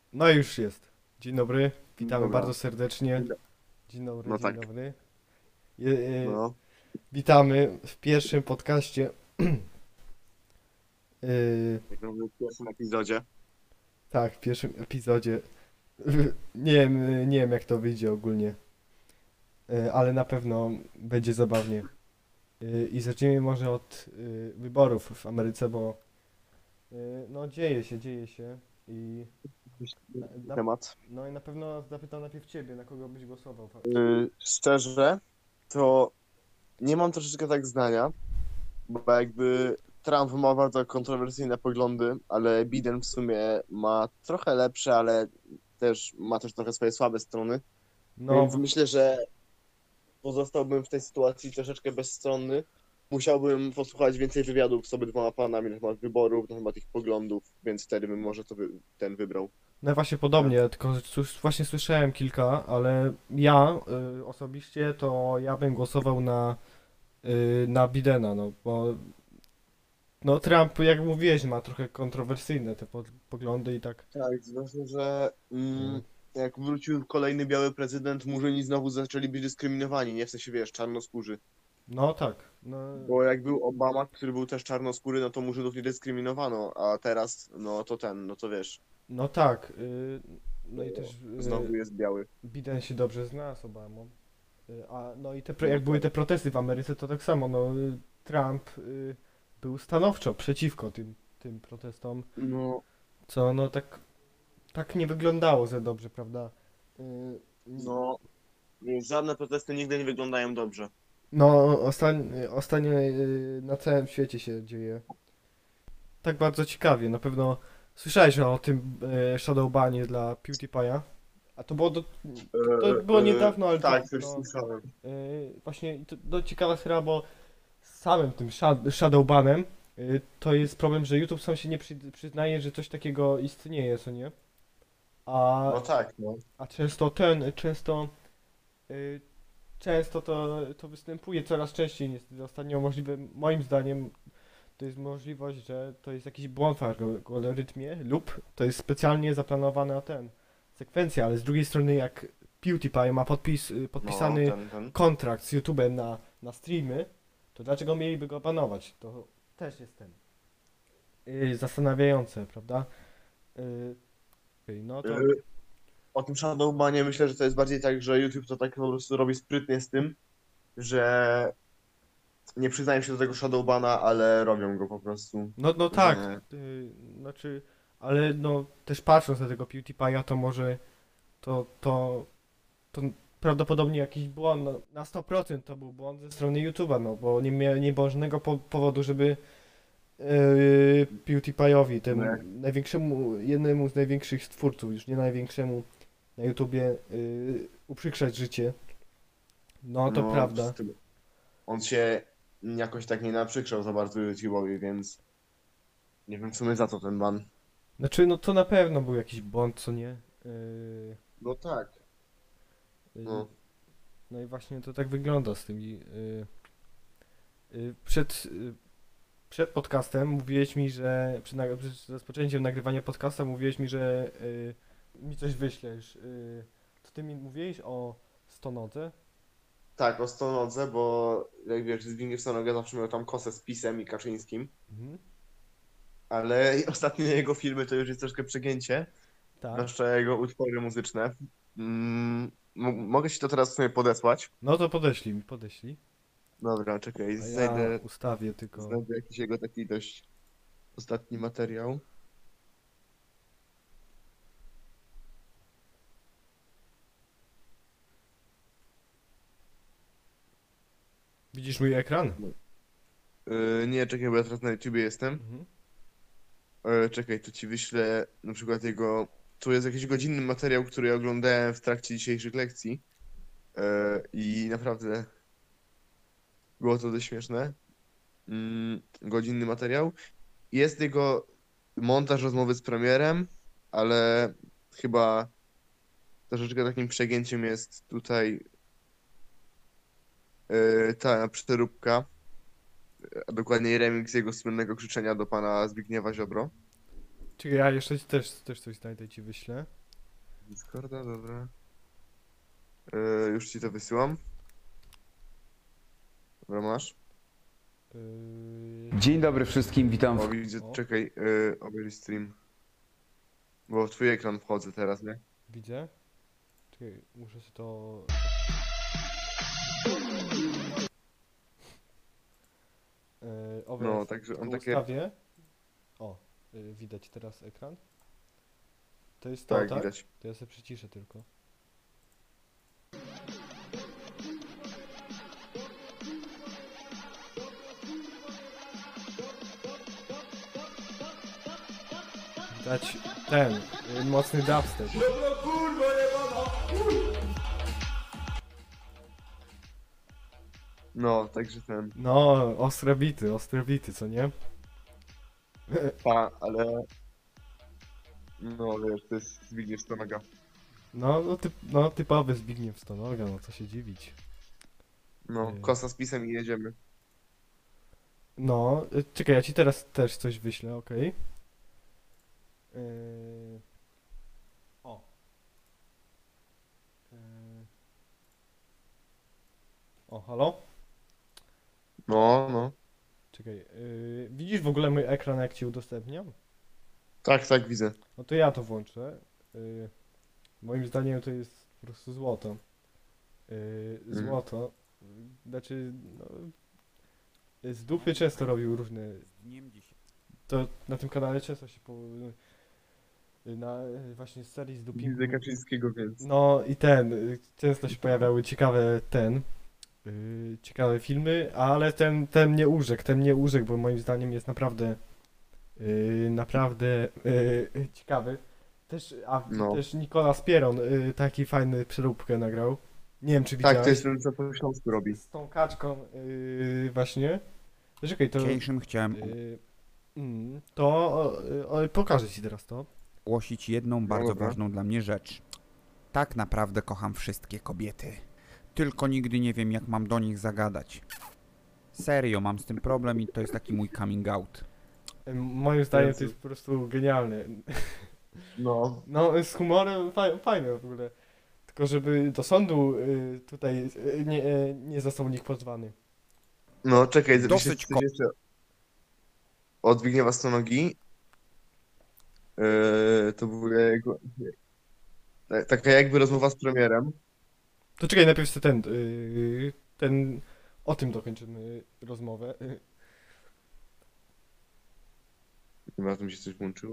No i już jest. Dzień dobry, witamy Dobra. bardzo serdecznie. Dzień dobry, No dzień tak, dobry. no. Witamy w pierwszym podcaście. E, Jak mówię w pierwszym epizodzie. tak, w pierwszym epizodzie. Nie wiem jak to wyjdzie ogólnie, ale na pewno będzie zabawnie. I zaczniemy może od wyborów w Ameryce, bo no dzieje się i na, Temat. no i na pewno zapytam najpierw ciebie, na kogo byś głosował. Szczerze, to nie mam troszeczkę tak zdania, bo jakby Trump ma bardzo kontrowersyjne poglądy, ale Biden w sumie ma trochę lepsze, ale też ma też trochę swoje słabe strony. Więc No, myślę, że pozostałbym w tej sytuacji troszeczkę bezstronny. Musiałbym posłuchać więcej wywiadów z obydwoma panami na temat wyborów, na temat ich poglądów, więc wtedy bym może ten wybrał. no właśnie podobnie, tylko właśnie słyszałem kilka, ale ja osobiście to ja bym głosował na Bidena, no bo no Trump, jak mówiłeś, ma trochę kontrowersyjne te poglądy i tak. Tak, zwłaszcza, że y, jak wrócił kolejny biały prezydent, Murzyni znowu zaczęli być dyskryminowani, nie w sensie, wiesz, czarnoskórzy. no tak, no, Bo jak był Obama, który był też czarnoskóry, no to Murzynów nie dyskryminowano, a teraz, no to no to wiesz, no tak, no i to też znowu jest biały. Biden się dobrze zna z Obamą, a no i No jak były tak. te protesty w Ameryce, to tak samo, no Trump był stanowczo przeciwko tym protestom, No, co no tak nie wyglądało za dobrze, prawda? Y, no, żadne protesty nigdy nie wyglądają dobrze. No, ostatnio na całym świecie się dzieje. Tak bardzo ciekawie. Na pewno słyszałeś o tym Shadowbanie dla PewDiePie'a. A to było, to było niedawno, ale to, Tak, coś no, słyszałem. właśnie to ciekawa sprawa, bo z samym tym Shadowbanem to jest problem, że YouTube sam się nie przyznaje, że coś takiego istnieje, co nie? A, No tak, no. a y, często to występuje coraz częściej niestety. Ostatnio możliwe, moim zdaniem, to jest możliwość, że to jest jakiś błąd w algorytmie lub to jest specjalnie zaplanowana sekwencja, ale z drugiej strony jak PewDiePie ma No, podpisany ten. kontrakt z YouTube'em na streamy, to dlaczego mieliby go banować? To też jest zastanawiające, prawda? Okej, no to Y, O tym Shadowbanie myślę, że to jest bardziej tak, że YouTube to tak po prostu robi sprytnie z tym, że nie przyznają się do tego Shadowbana, ale robią go po prostu, no tak, że znaczy, ale no też patrząc na tego PewDiePie'a, to może to prawdopodobnie jakiś błąd, no, na 100% to był błąd ze strony YouTube'a, no bo nie było żadnego powodu, żeby PewDiePie'owi, no temu jak, jednemu z największych twórców, już nie największemu na YouTubie, uprzykrzać życie. No to no, prawda. on się jakoś tak nie naprzykrzał za bardzo YouTube'owi, więc nie wiem w sumie za co ten ban. Znaczy, no to na pewno był jakiś błąd, co nie? Yy, No tak. yy, No. no i właśnie to tak wygląda z tymi. Przed podcastem mówiłeś mi, że przed rozpoczęciem nagrywania podcasta mówiłeś mi, że mi coś wyślesz. To ty mi mówiłeś o stonodze? Tak, o Stonodze, bo jak wiesz, Zbigniew Stonoga zawsze miał tam kosę z PiS-em i Kaczyńskim, Mhm. ale ostatnie jego filmy to już jest troszkę przegięcie, Tak. zwłaszcza jego utwory muzyczne. Mogę ci to teraz sobie podesłać. No to podeślij. Dobra, czekaj, A ja ustawię tylko. znajdę jakiś jego taki dość ostatni materiał. Widzisz mój ekran? No. Nie, czekaj, bo ja teraz na YouTubie jestem. Mhm. Czekaj, to ci wyślę na przykład jego. Tu jest jakiś godzinny materiał, który ja oglądałem w trakcie dzisiejszych lekcji. I naprawdę było to dość śmieszne. Godzinny materiał. Jest jego montaż rozmowy z premierem, ale chyba troszeczkę takim przegięciem jest tutaj ta przeróbka, a dokładniej remix jego słynnego krzyczenia do pana Zbigniewa Ziobro. Czekaj, ja jeszcze też coś znajdę i ci wyślę. Discorda, dobra. Już ci to wysyłam. Dobra, masz? Dzień dobry wszystkim, witam O, w... widzę, O. czekaj, obejrzyj stream. Bo w twój ekran wchodzę teraz, nie? Widzę. Czekaj, muszę się to... No, także on takie... ustawię. O, widać teraz ekran. To jest to, Tak, tak? widać. To ja sobie przyciszę tylko. Widać ten, mocny dubstep. No, także ten... No, ostre bity, co nie? ale... No, wiesz, to jest Zbigniew Stonoga. No, typowy Zbigniew Stonoga, no co się dziwić. No, Nie. kosa z pisem i jedziemy. No, czekaj, ja ci teraz też coś wyślę, okej? O. O, halo? No. Czekaj, widzisz w ogóle mój ekran, jak ci udostępniam? Tak, widzę. No to ja to włączę. Moim zdaniem to jest po prostu złoto. Złoto. Znaczy, no, z dupy często robił różne... To na tym kanale często się właśnie z serii z dupingu... Widzę Kaczyńskiego, więc... No i często się pojawiały ciekawe filmy, ale ten mnie urzekł, bo moim zdaniem jest naprawdę ciekawy. No. Też Nicolas Pieron taki fajny przeróbkę nagrał. Nie wiem, czy widziałeś. Tak, to jest ten, co po śląsku robi. Z tą kaczką właśnie. Czekaj, to... dzisiejszym chciałem pokażę ci teraz to. ogłosić jedną bardzo dobra. ważną dla mnie rzecz. Tak naprawdę kocham wszystkie kobiety. Tylko nigdy nie wiem, jak mam do nich zagadać. Serio, mam z tym problem i to jest taki mój coming out. Moim zdaniem to Jezu. jest po prostu genialne. No. No, z humorem fajne w ogóle. Tylko żeby do sądu tutaj nie został nikt pozwany. No, czekaj, Dosyć coś jeszcze od Zbigniewa Stonogi. To była jego... Taka jakby rozmowa z premierem. To czekaj, najpierw sobie o tym dokończymy rozmowę. Chyba tu mi się coś włączyło.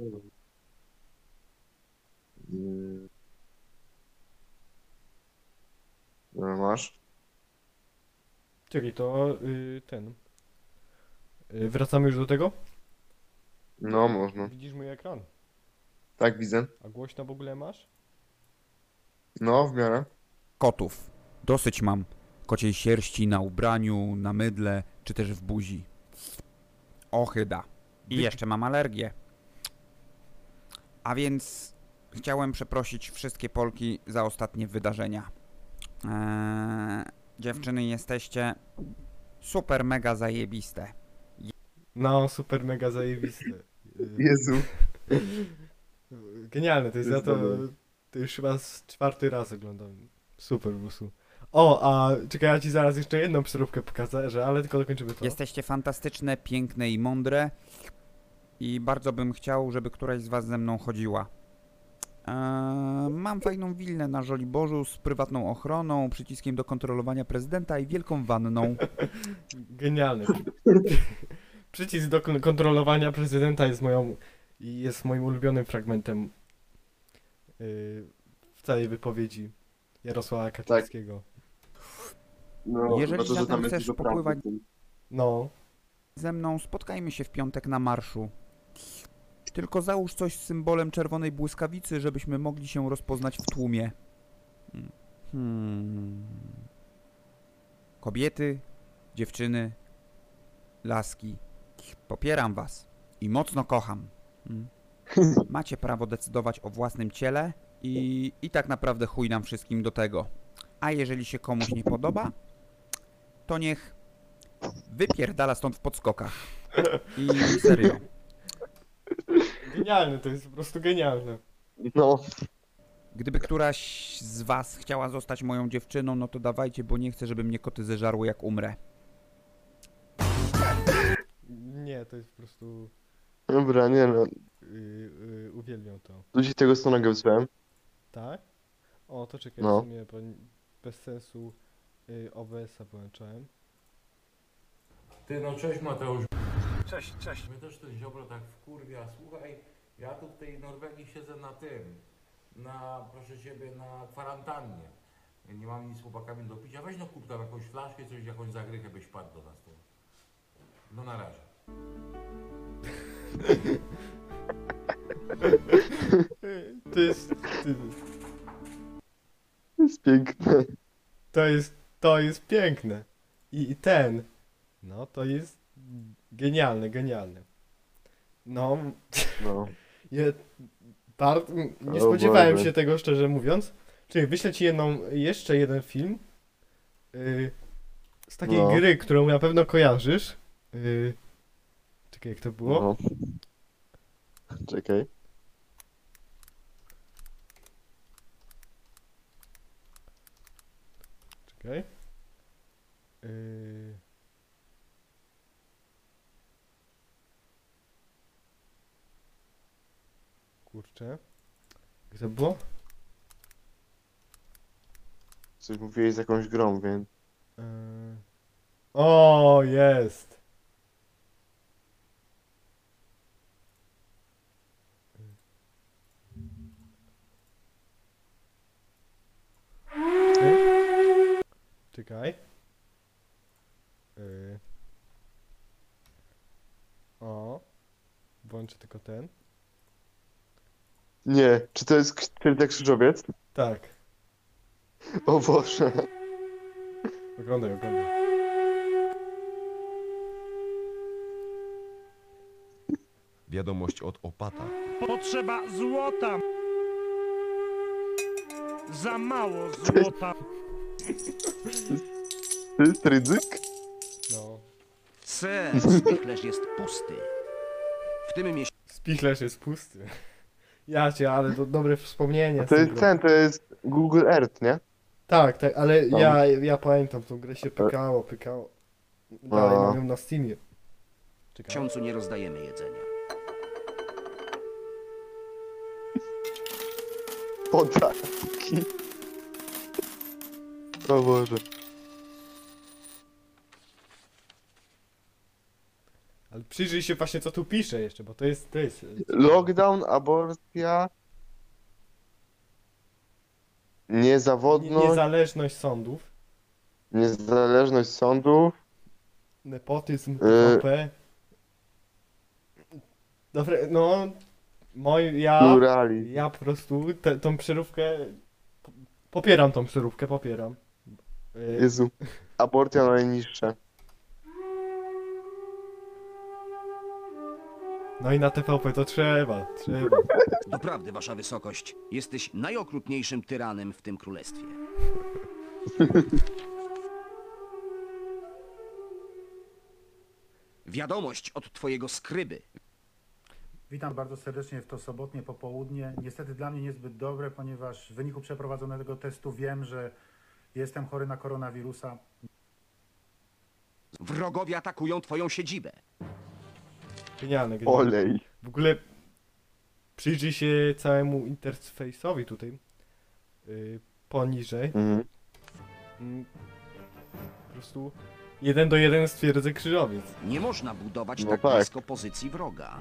No, masz? Czekaj, to wracamy już do tego? No, można. Widzisz mój ekran? Tak, widzę. A głośno w ogóle masz? No, w miarę. Kotów. Dosyć mam kociej sierści na ubraniu, na mydle, czy też w buzi. Ochyda. I jeszcze mam alergię. A więc chciałem przeprosić wszystkie Polki za ostatnie wydarzenia. Dziewczyny, jesteście super mega zajebiste. No, super mega zajebiste. Jezu. Genialne, to jest To za jest to... dobre. To już chyba z 4. raz oglądam. Super po prostu. O, a czekaj, ja ci zaraz jeszcze jedną przeróbkę pokażę, ale tylko dokończymy to. Jesteście fantastyczne, piękne i mądre. I bardzo bym chciał, żeby któraś z was ze mną chodziła. Mam fajną willę na Żoliborzu z prywatną ochroną, przyciskiem do kontrolowania prezydenta i wielką wanną. Genialne. Przycisk do kontrolowania prezydenta jest moim ulubionym fragmentem w całej wypowiedzi Jarosława Kaczyńskiego. No, Jeżeli chyba to, że zatem tam jest chcesz dużo prawdy popływać w tym. No, ze mną, spotkajmy się w piątek na marszu. Tylko załóż coś z symbolem czerwonej błyskawicy, żebyśmy mogli się rozpoznać w tłumie. Kobiety, dziewczyny, laski. Popieram was i mocno kocham. Macie prawo decydować o własnym ciele i tak naprawdę chuj nam wszystkim do tego. A jeżeli się komuś nie podoba, to niech wypierdala stąd w podskokach. I serio. Genialne, to jest po prostu genialne. No. Gdyby któraś z was chciała zostać moją dziewczyną, no to dawajcie, bo nie chcę, żeby mnie koty zeżarły jak umrę. Nie, to jest po prostu... Dobra, nie no. Uwielbiam to. Tu ci tego stronę wysłałem. Tak? O, to czekaj, No. w sumie, bo bez sensu OBS-a wyłączałem. Ty no cześć Mateusz. Cześć. Mnie też ten Ziobro tak wkurwia. Słuchaj, ja tu w tej Norwegii siedzę na tym, proszę ciebie, na kwarantannie. Nie mam nic z chłopakami do picia. Weź no kurtka, jakąś flaszkę, coś, jakąś zagrychę byś padł do nas tu. No na razie. To jest... To jest piękne. To jest piękne. I ten... No, to jest genialne. No, No. je, nie O spodziewałem Boże. się tego, szczerze mówiąc. Czyli wyślę ci jeszcze jeden film z takiej No. gry, którą na pewno kojarzysz. Czekaj, jak to było? No. Czekaj. Czekaj. Kurczę. Jak to było? Coś mówiłeś z jakąś grą, więc... Yy... O, jest! Czekaj. O. Włączę tylko ten. Nie, czy to jest Krytek Krzyżowiec? Tak. O Boże. Oglądaj. Wiadomość od opata. Potrzeba złota. Za mało złota. To jest Rydzyk? No. Ser, spichlerz jest pusty. W tym miesiącu Spichlerz jest pusty. Ja cię, ale to dobre wspomnienia. z To tą jest grą. ten, to jest Google Earth, nie? Tak, ale Tam. ja pamiętam, tą grę się pykało. Dalej mam ją na Steamie. Czekaj. nie rozdajemy jedzenia. Podatki. O Boże. Ale przyjrzyj się właśnie co tu pisze jeszcze, bo to jest... Lockdown, aborcja. Niezawodność, Niezależność sądów, niezależność sądów. nepotyzm, TVP. Dobre, no... Pluralizm. Ja po prostu tą przeróbkę... Popieram tą przeróbkę, popieram. Jezu. Aborcja najniższa. No i na TVP to trzeba. Doprawdy, wasza wysokość, jesteś najokrutniejszym tyranem w tym królestwie. Wiadomość od twojego skryby. Witam bardzo serdecznie w to sobotnie popołudnie. Niestety dla mnie niezbyt dobre, ponieważ w wyniku przeprowadzonego testu wiem, że jestem chory na koronawirusa. Wrogowie atakują twoją siedzibę. Genialne. Olej. W ogóle przyjrzyj się całemu interfejsowi tutaj. Poniżej. Mhm. Po prostu 1:1 stwierdzę krzyżowiec. Nie można budować No tak tak. blisko pozycji wroga.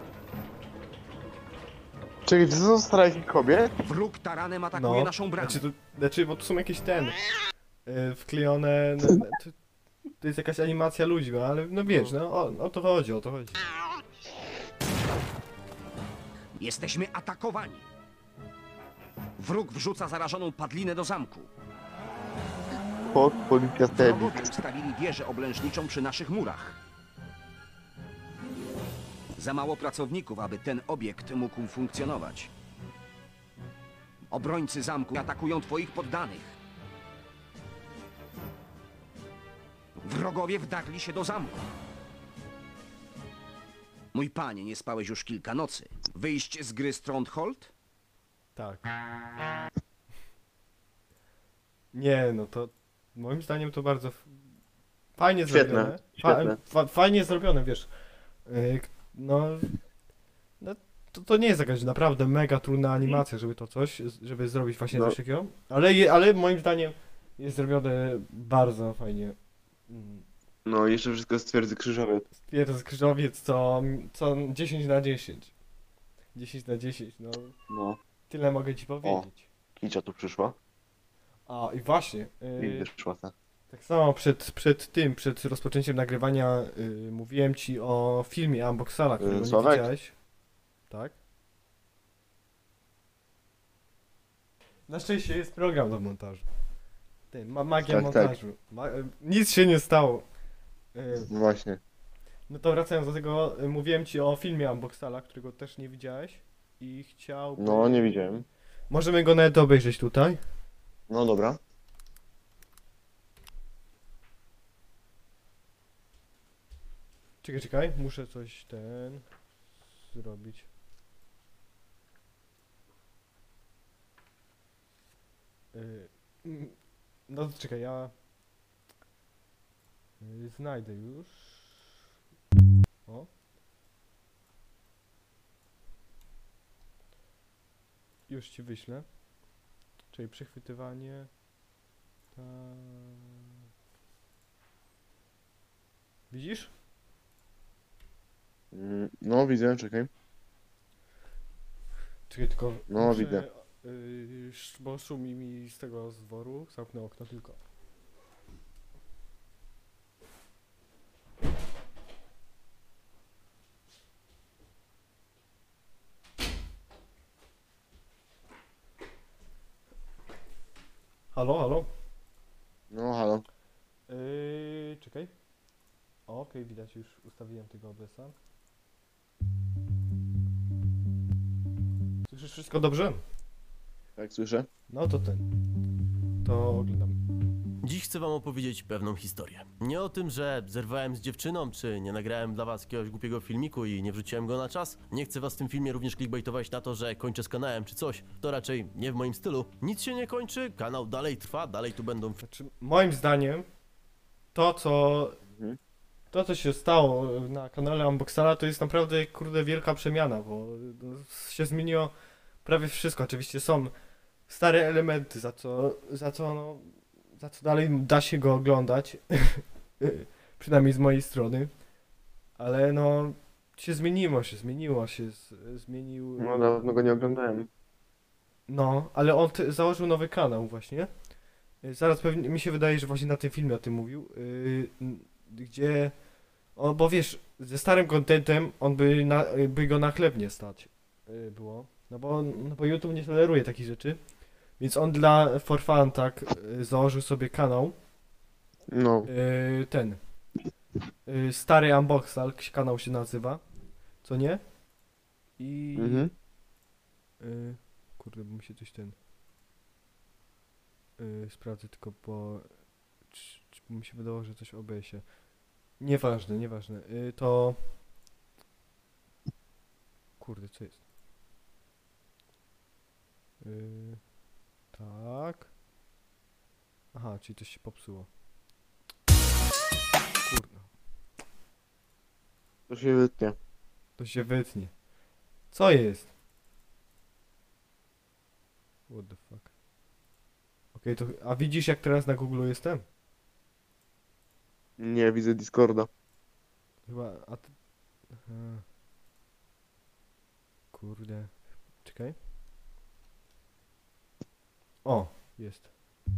Czekaj, to są strajki kobiet? Wróg taranem atakuje naszą bramę. Znaczy, bo tu są jakieś wklejone. To jest jakaś animacja ludzi, no ale no wiesz, no o to chodzi. Jesteśmy atakowani. Wróg wrzuca zarażoną padlinę do zamku. Policja Tebik. Wrogowie ustawili wieżę oblężniczą przy naszych murach. Za mało pracowników, aby ten obiekt mógł funkcjonować. Obrońcy zamku atakują twoich poddanych. Wrogowie wdarli się do zamku. Mój panie, nie spałeś już kilka nocy. Wyjść z gry Stronghold? Tak. Nie, no to moim zdaniem to bardzo fajnie Świetne, zrobione. świetne. Fajnie zrobione, wiesz. No, no to nie jest jakaś naprawdę mega trudna animacja, żeby to coś, żeby zrobić właśnie No. coś takiego. Ale moim zdaniem jest zrobione bardzo fajnie. No, jeszcze wszystko z twierdzy krzyżowej. Stwierdza Krzyżowiec, co 10 na 10. 10 na 10, no No, tyle mogę ci powiedzieć. Kicia tu przyszła A i właśnie, i wyszła ta. tak samo przed rozpoczęciem nagrywania mówiłem ci o filmie Unboxala, którego nie Sławek? widziałeś. Tak? Na szczęście jest program do montażu. Magia Tak, montażu. Nic się nie stało. Właśnie. No to wracając do tego, mówiłem ci o filmie Unboxala, którego też nie widziałeś i chciałbym... No, nie widziałem. Możemy go nawet obejrzeć tutaj. No dobra. Czekaj, muszę coś zrobić. No to czekaj, ja znajdę już. O. Już ci wyślę. Czyli przechwytywanie. Tak. Widzisz? No, widzę, czekaj. Czekaj, tylko No, muszę, widzę. bo szumi mi z tego zworu. Zamknę okno tylko. Halo, halo? No, halo. Czekaj. Okej, widać, już ustawiłem tego OBS-a. Słyszysz wszystko dobrze? Tak, słyszę? No to to oglądam. Dziś chcę wam opowiedzieć pewną historię. Nie o tym, że zerwałem z dziewczyną, czy nie nagrałem dla was jakiegoś głupiego filmiku i nie wrzuciłem go na czas. Nie chcę was w tym filmie również clickbaitować na to, że kończę z kanałem czy coś. To raczej nie w moim stylu. Nic się nie kończy, kanał dalej trwa, dalej tu będą... Znaczy, moim zdaniem, Mhm. to co się stało na kanale Unboxala, to jest naprawdę, kurde, wielka przemiana, bo się zmieniło prawie wszystko. Oczywiście są stare elementy, za co dalej da się go oglądać, przynajmniej z mojej strony, ale no, zmienił. No, dawno go nie oglądałem. No, ale on założył nowy kanał właśnie. Zaraz pewnie, mi się wydaje, że właśnie na tym filmie o tym mówił, gdzie, bo wiesz, ze starym contentem on by go na chleb nie stać było, no bo YouTube nie toleruje takich rzeczy, więc on for fun tak założył sobie kanał, No. Stary Unboxal, kanał się nazywa, co nie? I Mhm. kurde, bo mi się coś sprawdzę tylko, bo czy mi się wydawało, że coś o OBS-ie. Nieważne. To... Kurde, co jest? Tak. Aha, czyli coś się popsuło. Kurde, To się wytnie. to się wytnie. Co jest? What the fuck? Okej, to... A widzisz, jak teraz na Google jestem? Nie, widzę Discorda. Chyba... A ty... Aha. Kurde... Czekaj. O, jest.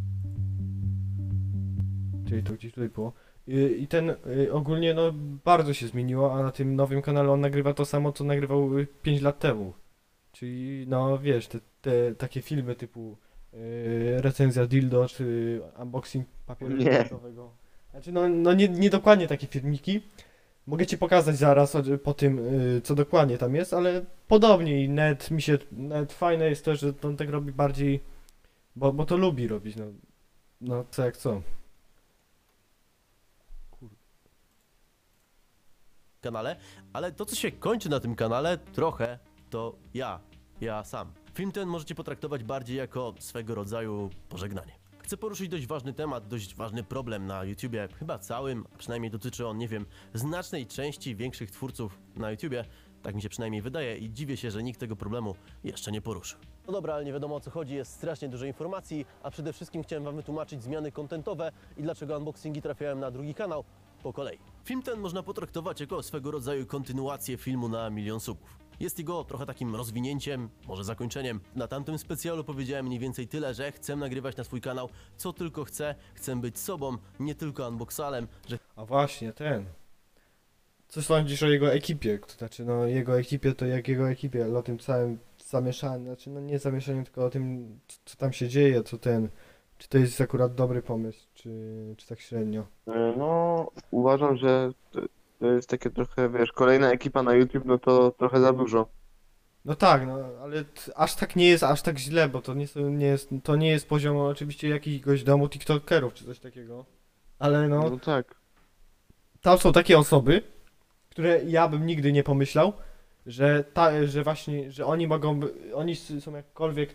Czyli to gdzieś tutaj było. I ten ogólnie no bardzo się zmieniło, a na tym nowym kanale on nagrywa to samo, co nagrywał 5 lat temu. Czyli no wiesz, te takie filmy typu recenzja dildo, czy unboxing papieru Nie. toaletowego. Znaczy no nie dokładnie takie filmiki. Mogę ci pokazać zaraz po tym, co dokładnie tam jest, ale podobnie i net fajne jest to, że on tak robi bardziej, bo to lubi robić, no co jak co. kanale, ale to co się kończy na tym kanale trochę to ja sam. Film ten możecie potraktować bardziej jako swego rodzaju pożegnanie. Chcę poruszyć dość ważny temat, dość ważny problem na YouTubie, chyba całym, a przynajmniej dotyczy on, nie wiem, znacznej części większych twórców na YouTubie. Tak mi się przynajmniej wydaje i dziwię się, że nikt tego problemu jeszcze nie poruszył. No dobra, ale nie wiadomo o co chodzi, jest strasznie dużo informacji, a przede wszystkim chciałem wam wytłumaczyć zmiany kontentowe i dlaczego unboxingi trafiają na drugi kanał po kolei. Film ten można potraktować jako swego rodzaju kontynuację filmu na 1 000 000 subów. Jest jego trochę takim rozwinięciem, może zakończeniem. Na tamtym specjalu powiedziałem mniej więcej tyle, że chcę nagrywać na swój kanał co tylko chcę być sobą, nie tylko unboxalem, że A właśnie, co sądzisz o jego ekipie? To znaczy, no jego ekipie to jak jego ekipie, ale o tym całym zamieszaniu, znaczy no nie zamieszaniu, tylko o tym, co tam się dzieje, czy to jest akurat dobry pomysł, czy tak średnio. No, uważam, że to jest takie trochę, wiesz, kolejna ekipa na YouTube, no to trochę za dużo. No tak, no, ale aż tak nie jest, aż tak źle, bo to nie jest poziom oczywiście jakiegoś domu tiktokerów, czy coś takiego. Ale no, No tak. tam są takie osoby, które ja bym nigdy nie pomyślał, że właśnie, że oni są jakkolwiek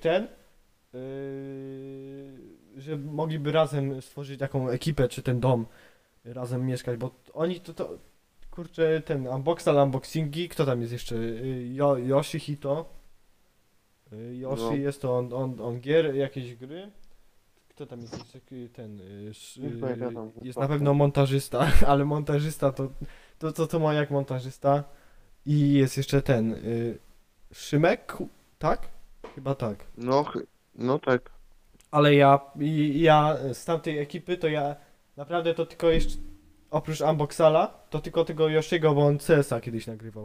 że mogliby razem stworzyć taką ekipę, czy ten dom, razem mieszkać, bo oni kurczę, ten unboxingi, kto tam jest jeszcze? Yoshihito. Yoshi No. jest to, on gier, jakieś gry. Kto tam jest jeszcze? Nie pamiętam. Jest na pewno montażysta, ale montażysta to ma jak montażysta. I jest jeszcze Szymek, tak? Chyba tak. No tak. Ale ja z tamtej ekipy to ja naprawdę to tylko jeszcze oprócz Unboxala to tylko tego Yoshiego, bo on CS-a kiedyś nagrywał.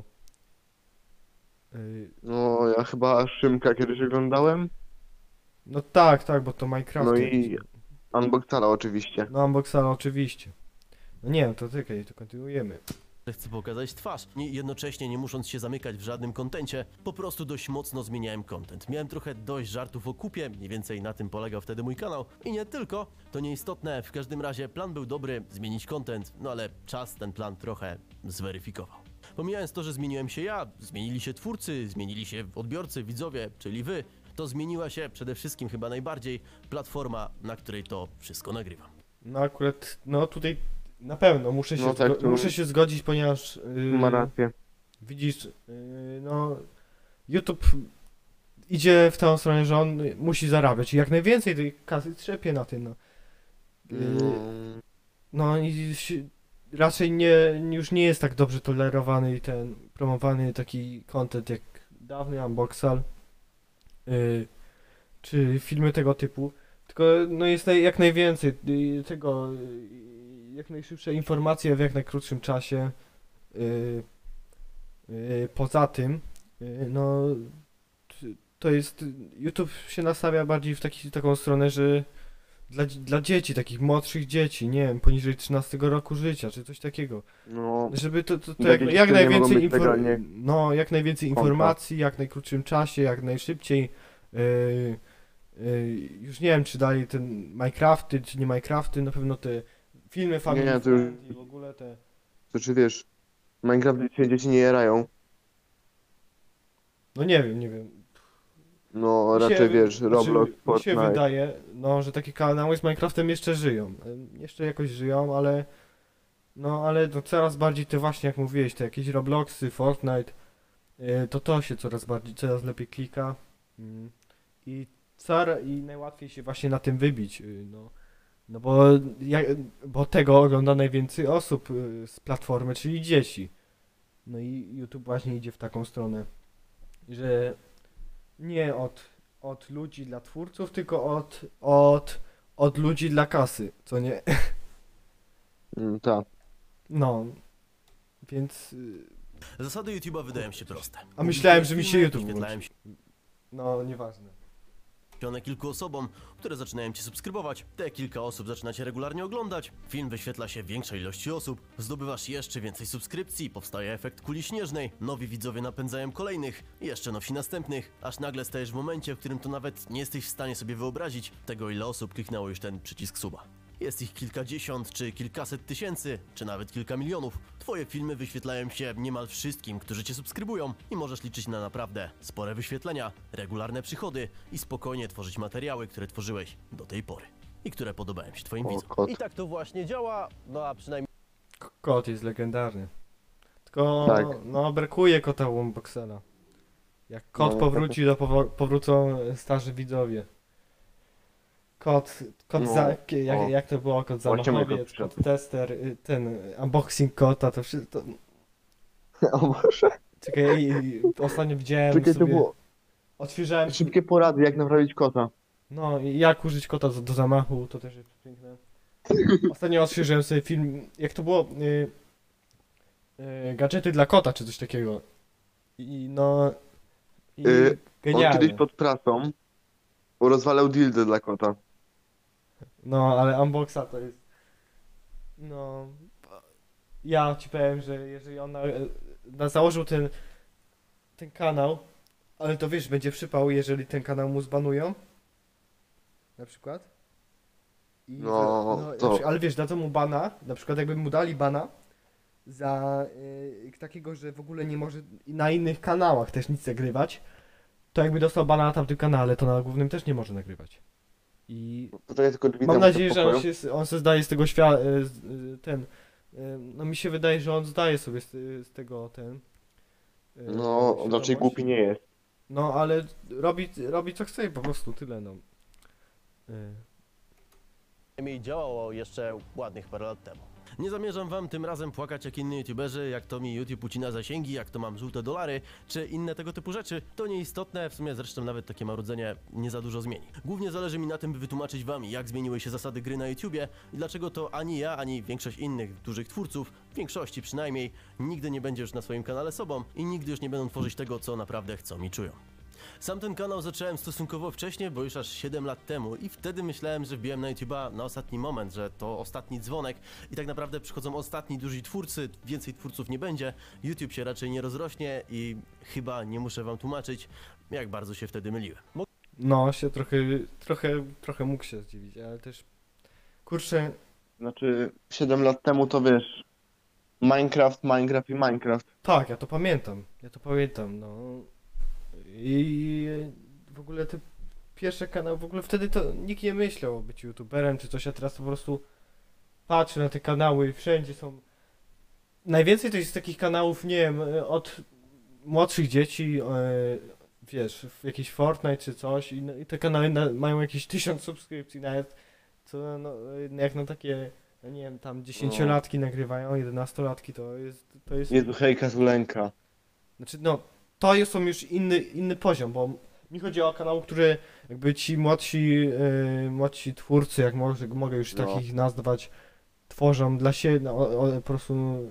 No, ja chyba Szymka kiedyś oglądałem. No tak, bo to Minecraft. No i Unboxala oczywiście. No Unboxala oczywiście. No nie, to czekaj, to kontynuujemy. chcę pokazać twarz. Jednocześnie nie musząc się zamykać w żadnym kontencie, po prostu dość mocno zmieniałem content. Miałem trochę dość żartów o kupie, mniej więcej na tym polegał wtedy mój kanał. I nie tylko, to nieistotne, w każdym razie plan był dobry, zmienić content, no ale czas ten plan trochę zweryfikował. Pomijając to, że zmieniłem się ja, zmienili się twórcy, zmienili się odbiorcy, widzowie, czyli wy, to zmieniła się przede wszystkim chyba najbardziej platforma, na której to wszystko nagrywam. No akurat, no tutaj na pewno muszę się, No tak, to- muszę się zgodzić, ponieważ Ma rację. widzisz, no YouTube idzie w tę stronę, że on musi zarabiać i jak najwięcej tej kasy trzepie na tym, no. No i raczej już nie jest tak dobrze tolerowany i promowany taki content jak dawny Unboxal, czy filmy tego typu, tylko no jest jak najwięcej tego, jak najszybsze informacje w jak najkrótszym czasie. Poza tym, no to jest, YouTube się nastawia bardziej w taką stronę, że dla dzieci, takich młodszych dzieci, nie wiem, poniżej 13 roku życia, czy coś takiego. No, Żeby to Dla dzieci, jak które nie mogą najwięcej mieć legalnie jak najwięcej konta. informacji, jak najkrótszym czasie, jak najszybciej. Już nie wiem, czy dalej ten Minecrafty, czy nie Minecrafty, na pewno te filmy family Nie, to już- friendly, w ogóle te. to czy wiesz, Minecraft dzisiaj dzieci nie jarają. No nie wiem. No, Mi się- raczej wiesz, znaczy, Roblox, Mi się Fortnite. wydaje, no, że takie kanały z Minecraftem jeszcze żyją. Jeszcze jakoś żyją, ale ale to coraz bardziej te właśnie, jak mówiłeś, te jakieś Robloxy, Fortnite, to się coraz lepiej klika. I najłatwiej się właśnie na tym wybić. No bo tego ogląda najwięcej osób z platformy, czyli dzieci. No i YouTube właśnie idzie w taką stronę, że nie od ludzi dla twórców, tylko od ludzi dla kasy, co nie? Tak. No, więc Zasady YouTube'a wydają się proste. A myślałem, że mi się Filmy YouTube wyświetlają się no nieważne. one kilku osobom, które zaczynają Cię subskrybować. Te kilka osób zaczyna Cię regularnie oglądać. Film wyświetla się większej ilości osób. Zdobywasz jeszcze więcej subskrypcji, powstaje efekt kuli śnieżnej. Nowi widzowie napędzają kolejnych, jeszcze nowsi następnych. Aż nagle stajesz w momencie, w którym to nawet nie jesteś w stanie sobie wyobrazić tego, ile osób kliknęło już ten przycisk suba. Jest ich kilkadziesiąt, czy kilkaset tysięcy, czy nawet kilka milionów. Twoje filmy wyświetlają się niemal wszystkim, którzy cię subskrybują i możesz liczyć na naprawdę spore wyświetlenia, regularne przychody i spokojnie tworzyć materiały, które tworzyłeś do tej pory i które podobają się twoim O, widzom. kot. I tak to właśnie działa, no a przynajmniej Kot jest legendarny. Tylko, Tak. no, brakuje kota Womboxera. Jak kot No, powróci, to powrócą starzy widzowie. Kot No, jak to było? Kot Właśnie mój kot zamachowiec, przyszedł. kot tester, ten unboxing kota, to wszystko. O Boże. Czekaj, ostatnio widziałem Czekaj, to sobie, było odświeżałem, szybkie porady, jak naprawić kota. no i jak użyć kota do zamachu, to też jest piękne. Ostatnio odświeżyłem sobie film, jak to było, gadżety dla kota, czy coś takiego. I no, i On genialnie. kiedyś pod pracą rozwalał dildę dla kota. No, ale unboxa to jest, no, ja ci powiem, że jeżeli on założył ten kanał, ale to wiesz, będzie przypał, jeżeli ten kanał mu zbanują, na przykład. I No, to- ale wiesz, dadzą mu bana, na przykład jakby mu dali bana za takiego, że w ogóle nie może na innych kanałach też nic nagrywać, to jakby dostał bana na tamtym kanale, to na głównym też nie może nagrywać. I Poczekaj, tylko drzwi mam tam nadzieję, że pokoju. on se zdaje z tego świata, no mi się wydaje, że on zdaje sobie z tego No, on raczej świadomość. głupi nie jest. No, ale robi co chce i po prostu tyle, no. działało jeszcze ładnych parę lat temu. Nie zamierzam wam tym razem płakać jak inni youtuberzy, jak to mi YouTube ucina zasięgi, jak to mam żółte dolary, czy inne tego typu rzeczy. To nieistotne, w sumie zresztą nawet takie marudzenie nie za dużo zmieni. Głównie zależy mi na tym, by wytłumaczyć wam, jak zmieniły się zasady gry na YouTubie i dlaczego to ani ja, ani większość innych dużych twórców, w większości przynajmniej, nigdy nie będzie już na swoim kanale sobą i nigdy już nie będą tworzyć tego, co naprawdę chcą i czują. Sam ten kanał zacząłem stosunkowo wcześnie, bo już aż 7 lat temu i wtedy myślałem, że wbiłem na YouTube'a na ostatni moment, że to ostatni dzwonek i tak naprawdę przychodzą ostatni duzi twórcy, więcej twórców nie będzie, YouTube się raczej nie rozrośnie i chyba nie muszę wam tłumaczyć, jak bardzo się wtedy myliłem. No, się trochę mógł się zdziwić, ale też, kurczę, Znaczy, 7 lat temu to wiesz, Minecraft i Minecraft. tak, ja to pamiętam, no. I w ogóle te pierwsze kanały, w ogóle wtedy to nikt nie myślał o byciu youtuberem czy coś, a teraz po prostu patrzę na te kanały, wszędzie są. Najwięcej to jest takich kanałów, nie wiem, od młodszych dzieci, wiesz, w jakiś Fortnite czy coś i, no, i te kanały mają jakieś 1000 subskrypcji nawet, co no, jak na takie, no nie wiem, tam 10-latki nagrywają, 11-latki to jest, Jezu, hejka Zulenka. znaczy no, są już inny poziom, bo mi chodzi o kanał, który jakby ci młodsi twórcy, jak mogę już No. takich nazwać, tworzą dla siebie, no, po prostu,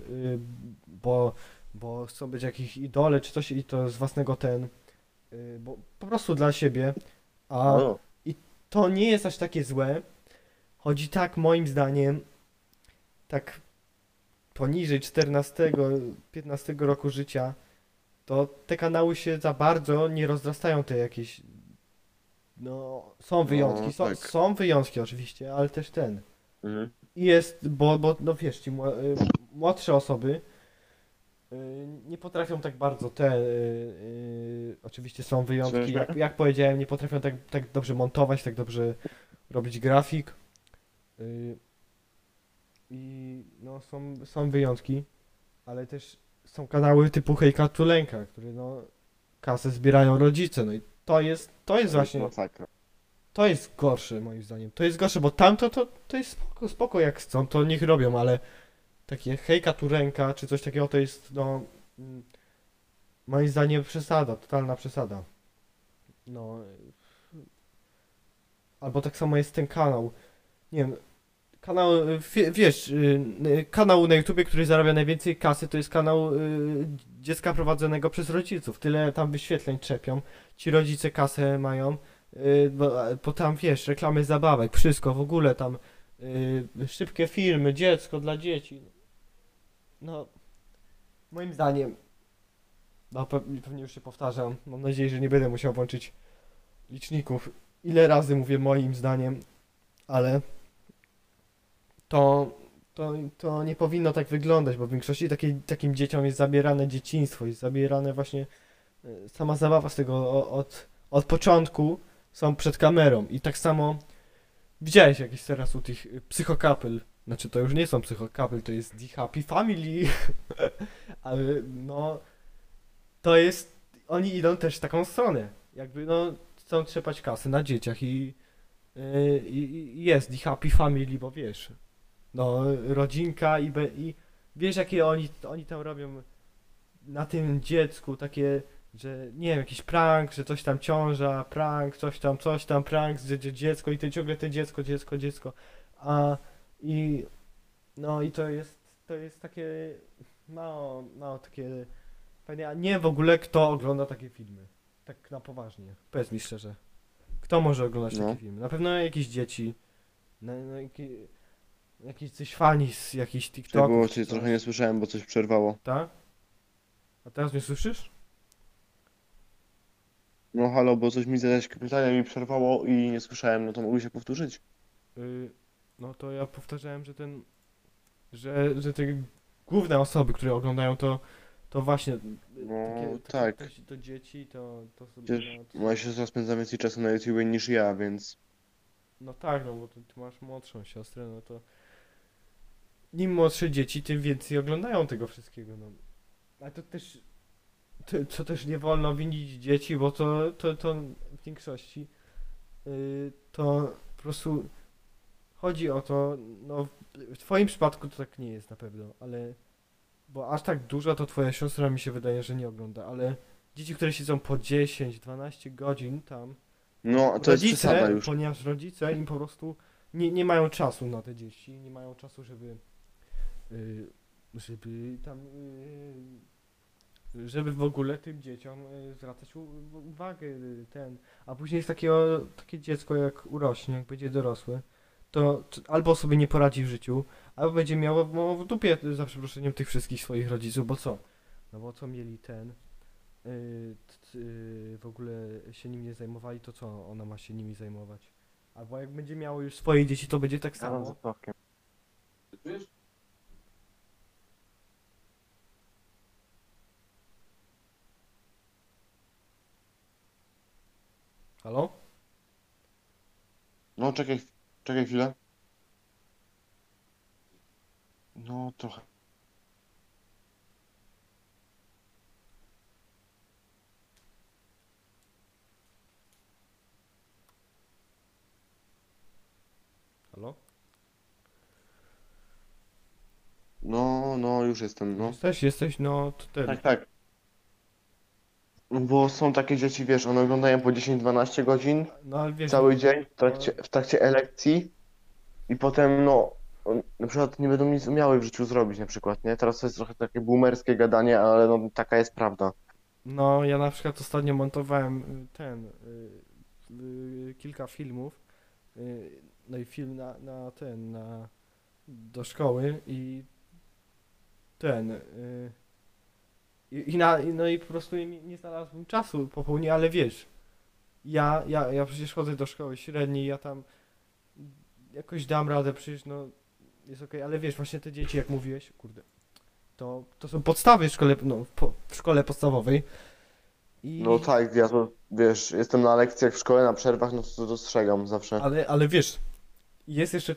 bo chcą być jakiś idole czy coś i to z własnego bo po prostu dla siebie, a No. to nie jest aż takie złe. Chodzi tak, moim zdaniem, tak poniżej 14-15 roku życia, to te kanały się za bardzo nie rozrastają, te jakieś, no, są wyjątki, tak. są wyjątki oczywiście, ale też Mhm. jest, bo no wiesz, ci młodsze osoby nie potrafią tak bardzo oczywiście są wyjątki, jak powiedziałem, nie potrafią tak dobrze montować, tak dobrze robić grafik i no są wyjątki, ale też są kanały typu Hejka Tulenka, które no kasę zbierają rodzice, no i to jest właśnie, Masakra. to jest gorsze moim zdaniem, to jest gorsze, bo tamto to jest spoko jak chcą, to niech robią, ale takie Hejka Tulenka czy coś takiego to jest no moim zdaniem przesada, totalna przesada. No albo tak samo jest ten kanał, nie wiem, kanał, wiesz, kanał na YouTubie, który zarabia najwięcej kasy, to jest kanał dziecka prowadzonego przez rodziców. Tyle tam wyświetleń trzepią. Ci rodzice kasę mają, bo tam, wiesz, reklamy zabawek, wszystko w ogóle tam, szybkie filmy, dziecko dla dzieci. No, moim zdaniem, no pewnie już się powtarzam, mam nadzieję, że nie będę musiał włączyć liczników. Ile razy mówię moim zdaniem, ale to nie powinno tak wyglądać, bo w większości takim dzieciom jest zabierane dzieciństwo, jest zabierane właśnie sama zabawa z tego od początku są przed kamerą i tak samo widziałeś jakieś teraz u tych psychokapel, znaczy to już nie są psychokapel, to jest The Happy Family, ale no to jest, oni idą też w taką stronę, jakby no chcą trzepać kasy na dzieciach i jest The Happy Family, bo wiesz, no rodzinka i wiesz jakie oni tam robią na tym dziecku, takie, że nie wiem, jakiś prank, że coś tam ciąża, prank, coś tam, prank, że dziecko i to ciągle to dziecko, a no i to jest takie mało takie fajne, a nie w ogóle kto ogląda takie filmy, tak na poważnie, powiedz mi szczerze, kto może oglądać No. takie filmy, na pewno jakieś dzieci, jakieś coś fani z jakichś Czego TikToków, coś trochę nie słyszałem, bo coś przerwało. tak? A teraz mnie słyszysz? No halo, bo coś mi zadać pytania mi przerwało i nie słyszałem, no to mogli się powtórzyć? No to ja powtarzałem, że te główne osoby, które oglądają to właśnie No tak. to dzieci, to sobie Przecież no, to, moja siostra spędza więcej czasu na YouTube niż ja, więc... no tak, no bo ty masz młodszą siostrę, no to im młodsze dzieci, tym więcej oglądają tego wszystkiego, no. Ale to też to też nie wolno winić dzieci, bo to w większości to po prostu chodzi o to, no w twoim przypadku to tak nie jest na pewno, ale bo aż tak dużo to twoja siostra mi się wydaje, że nie ogląda, ale dzieci, które siedzą po 10-12 godzin tam, No, to jest przesada już. ponieważ rodzice im po prostu nie mają czasu na te dzieci, nie mają czasu, żeby tam żeby w ogóle tym dzieciom zwracać uwagę a później jest takie dziecko jak urośnie, jak będzie dorosłe, to albo sobie nie poradzi w życiu, albo będzie miało w dupie, za przeproszeniem, tych wszystkich swoich rodziców, bo co? No bo co mieli w ogóle się nim nie zajmowali, to co ona ma się nimi zajmować? Albo jak będzie miało już swoje dzieci, to będzie tak samo. Halo? No, czekaj chwilę. No, trochę. Halo? No, już jestem, no. Jesteś, no to też. Tak, tak. No bo są takie dzieci, wiesz, one oglądają po 10-12 godzin No ale wiesz, cały dzień w trakcie elekcji i potem, no, na przykład nie będą nic umiały w życiu zrobić, na przykład, nie? Teraz to jest trochę takie boomerskie gadanie, ale no, taka jest prawda. no ja na przykład ostatnio montowałem kilka filmów, no i film do szkoły i no i po prostu nie znalazłem czasu po południu, ale wiesz, ja przecież chodzę do szkoły średniej, ja tam jakoś dam radę, przecież no jest okej, ale wiesz, właśnie te dzieci, jak mówiłeś, kurde, to są podstawy w szkole, no, w szkole podstawowej i No tak, ja to, wiesz, jestem na lekcjach w szkole, na przerwach, no to dostrzegam zawsze. ale wiesz, jest jeszcze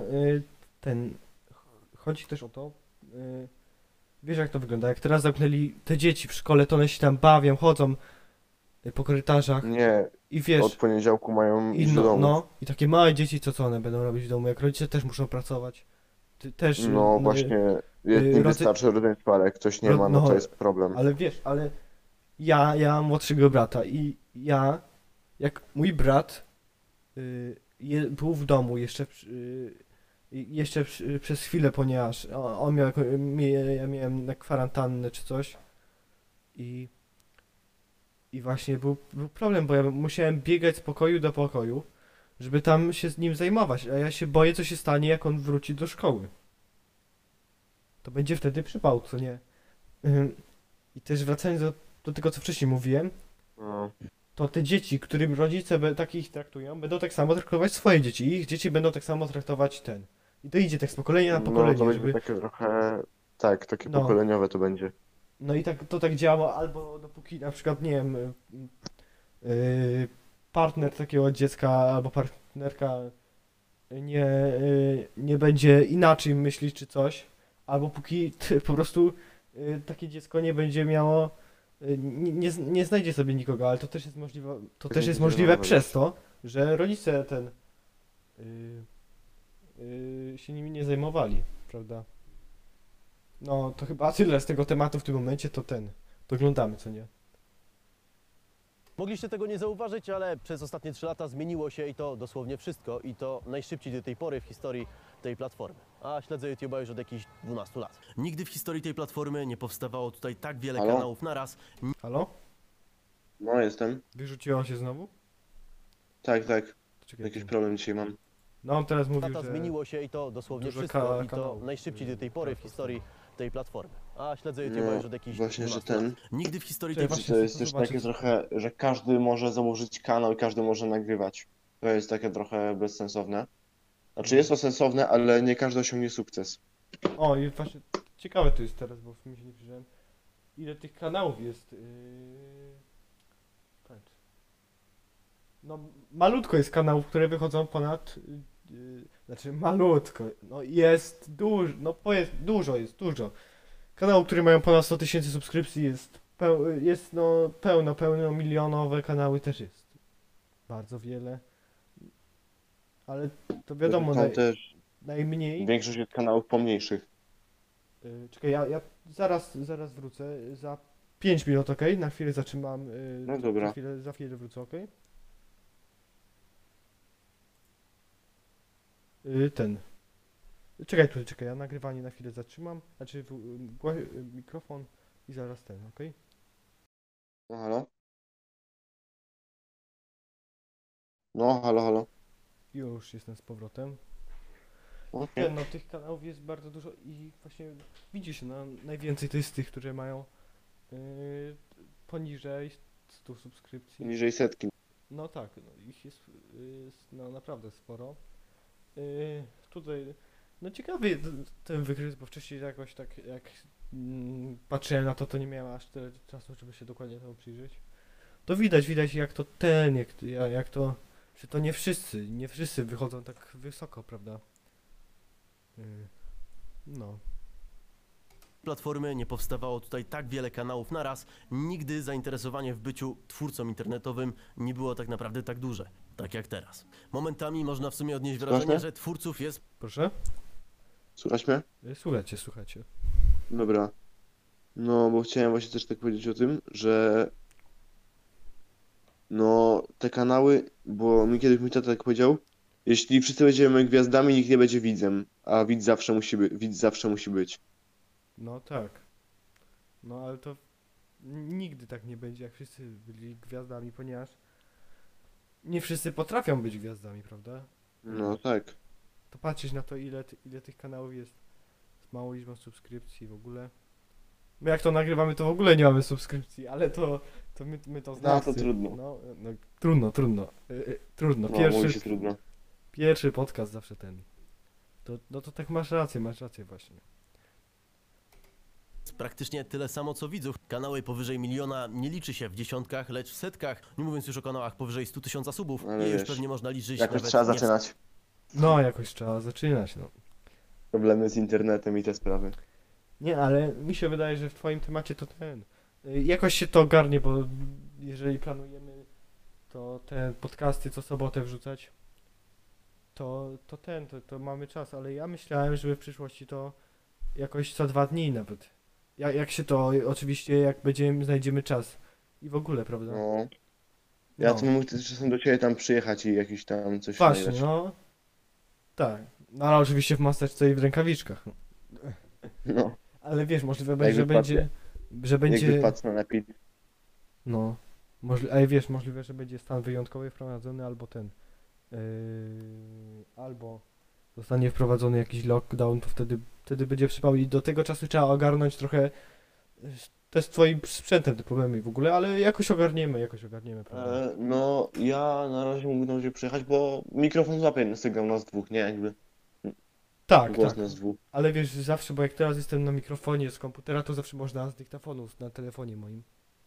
chodzi też o to, wiesz jak to wygląda, jak teraz zamknęli te dzieci w szkole, to one się tam bawią, chodzą po korytarzach Nie, i wiesz, od poniedziałku mają i iść do domu. i takie małe dzieci, co one będą robić w domu, jak rodzice też muszą pracować, też, No właśnie, nie wystarczy rodzeństwa, ale jak ktoś nie ma, no to jest problem. ale wiesz, ale ja mam młodszego brata i jak mój brat był w domu jeszcze przez chwilę, ponieważ on miał, ja miałem na kwarantannę czy coś i właśnie był problem, bo ja musiałem biegać z pokoju do pokoju, żeby tam się z nim zajmować, a ja się boję, co się stanie, jak on wróci do szkoły. To będzie wtedy przypał, co nie? I też wracając do tego, co wcześniej mówiłem, No. to te dzieci, którym rodzice takich traktują, będą tak samo traktować swoje dzieci. I ich dzieci będą tak samo traktować I to idzie tak z pokolenia na No to pokolenie, będzie żeby... takie trochę, tak, takie No. pokoleniowe to będzie. No i tak to tak działa, albo dopóki na przykład, nie wiem, partner takiego dziecka albo partnerka nie będzie inaczej myśleć czy coś, albo póki po prostu takie dziecko nie będzie miało, nie znajdzie sobie nikogo, ale to też jest możliwe, to też jest będzie możliwe nowe przez to, że rodzice się nimi nie zajmowali, prawda? No, to chyba tyle z tego tematu w tym momencie, to oglądamy, co nie? Mogliście tego nie zauważyć, ale przez ostatnie 3 lata zmieniło się i to dosłownie wszystko i to najszybciej do tej pory w historii tej platformy. A śledzę YouTube'a już od jakichś 12 lat. Nigdy w historii tej platformy nie powstawało tutaj tak wiele Halo? kanałów naraz. Halo? No, jestem. Wyrzuciło się znowu? Tak, tak. Czekaj, Jakiś problem dzisiaj mam. no on teraz mówił, Lata że... zmieniło się i to dosłownie dużo wszystko i to kanałów, najszybciej do tej pory w tak, historii tej platformy. A śledzę YouTube'a No, już od jakichś właśnie, że 12 lat. ten... Nigdy w historii Czekaj, tej właśnie To jest chcę też zobaczyć. takie trochę, że każdy może założyć kanał i każdy może nagrywać. To jest takie trochę bezsensowne. Znaczy jest to sensowne, ale nie każdy osiągnie sukces. O, i właśnie ciekawe to jest teraz, bo w sumie się nie przyjrzałem. Ile tych kanałów jest? Patrz. No, malutko jest kanałów, które wychodzą ponad... znaczy, malutko. No, jest dużo. No, dużo. Kanałów, które mają ponad 100 000 subskrypcji jest no pełno milionowe kanały też jest. Bardzo wiele. Ale to wiadomo, Tam też najmniej... większość jest kanałów pomniejszych. Czekaj, ja zaraz wrócę. Za 5 minut, ok? Na chwilę zatrzymam. No dobra. Za chwilę wrócę, ok? Czekaj, ja nagrywanie na chwilę zatrzymam. Znaczy mikrofon i zaraz ok? No halo? No halo, halo. Już jestem z powrotem. Okej. No tych kanałów jest bardzo dużo i właśnie widzi się, no, najwięcej to jest tych, które mają poniżej 100 subskrypcji. Niżej setki. No tak, no, ich jest no, naprawdę sporo. Tutaj, no ciekawy ten wykres, bo wcześniej jakoś tak jak patrzyłem na to, to nie miałem aż tyle czasu, żeby się dokładnie temu przyjrzeć. To widać jak to jak to, że to nie wszyscy wychodzą tak wysoko, prawda? No. platformy nie powstawało tutaj tak wiele kanałów naraz, nigdy zainteresowanie w byciu twórcą internetowym nie było tak naprawdę tak duże, tak jak teraz. Momentami można w sumie odnieść wrażenie, Proszę? że twórców jest Proszę? Słuchać mnie? Słuchajcie. Dobra. No, bo chciałem właśnie też tak powiedzieć o tym, że no, te kanały, bo mi kiedyś mój tata tak powiedział, jeśli wszyscy będziemy gwiazdami, nikt nie będzie widzem, a widz zawsze musi być. No tak. No ale to nigdy tak nie będzie, jak wszyscy byli gwiazdami, ponieważ nie wszyscy potrafią być gwiazdami, prawda? No tak. To patrzeć na to, ile tych kanałów jest z małą liczbą subskrypcji w ogóle. My jak to nagrywamy, to w ogóle nie mamy subskrypcji, ale to my to No znawcy. to trudno. No, trudno. Trudno. No, mówi się trudno. Pierwszy podcast zawsze ten. No to tak masz rację właśnie. praktycznie tyle samo co widzów. Kanały powyżej 1 miliona nie liczy się w dziesiątkach, lecz w setkach. Nie mówiąc już o kanałach powyżej 100 000 subów. Ale Je już wiesz, pewnie można liczyć Jakoś nawet trzeba nie w zaczynać. No, jakoś trzeba zaczynać, no. Problemy z internetem i te sprawy. Nie, ale mi się wydaje, że w twoim temacie to jakoś się to ogarnie, bo jeżeli planujemy to te podcasty co sobotę wrzucać, to mamy czas, ale ja myślałem, żeby w przyszłości to jakoś co 2 dni nawet. Jak się to, oczywiście, jak znajdziemy czas i w ogóle, prawda? No. Ja No. to mógł czasem do ciebie tam przyjechać i jakiś tam coś Właśnie, nagrać. no. Tak. No ale oczywiście w maseczce i w rękawiczkach. No. Ale wiesz, możliwe Jak będzie, że wypadnie. Jak będzie. wypadł na napit. No. Ale wiesz, możliwe, że będzie stan wyjątkowy wprowadzony albo albo zostanie wprowadzony jakiś lockdown, to wtedy będzie przypał i do tego czasu trzeba ogarnąć trochę też z twoim sprzętem te problemy w ogóle, ale jakoś ogarniemy, prawda? No, ja na razie mógł na razie przyjechać, bo mikrofon złapie sygnał nas dwóch, nie? Jakby. Tak, głos tak. nas dwóch. Ale wiesz, zawsze, bo jak teraz jestem na mikrofonie z komputera, to zawsze można z dyktafonu na telefonie moim.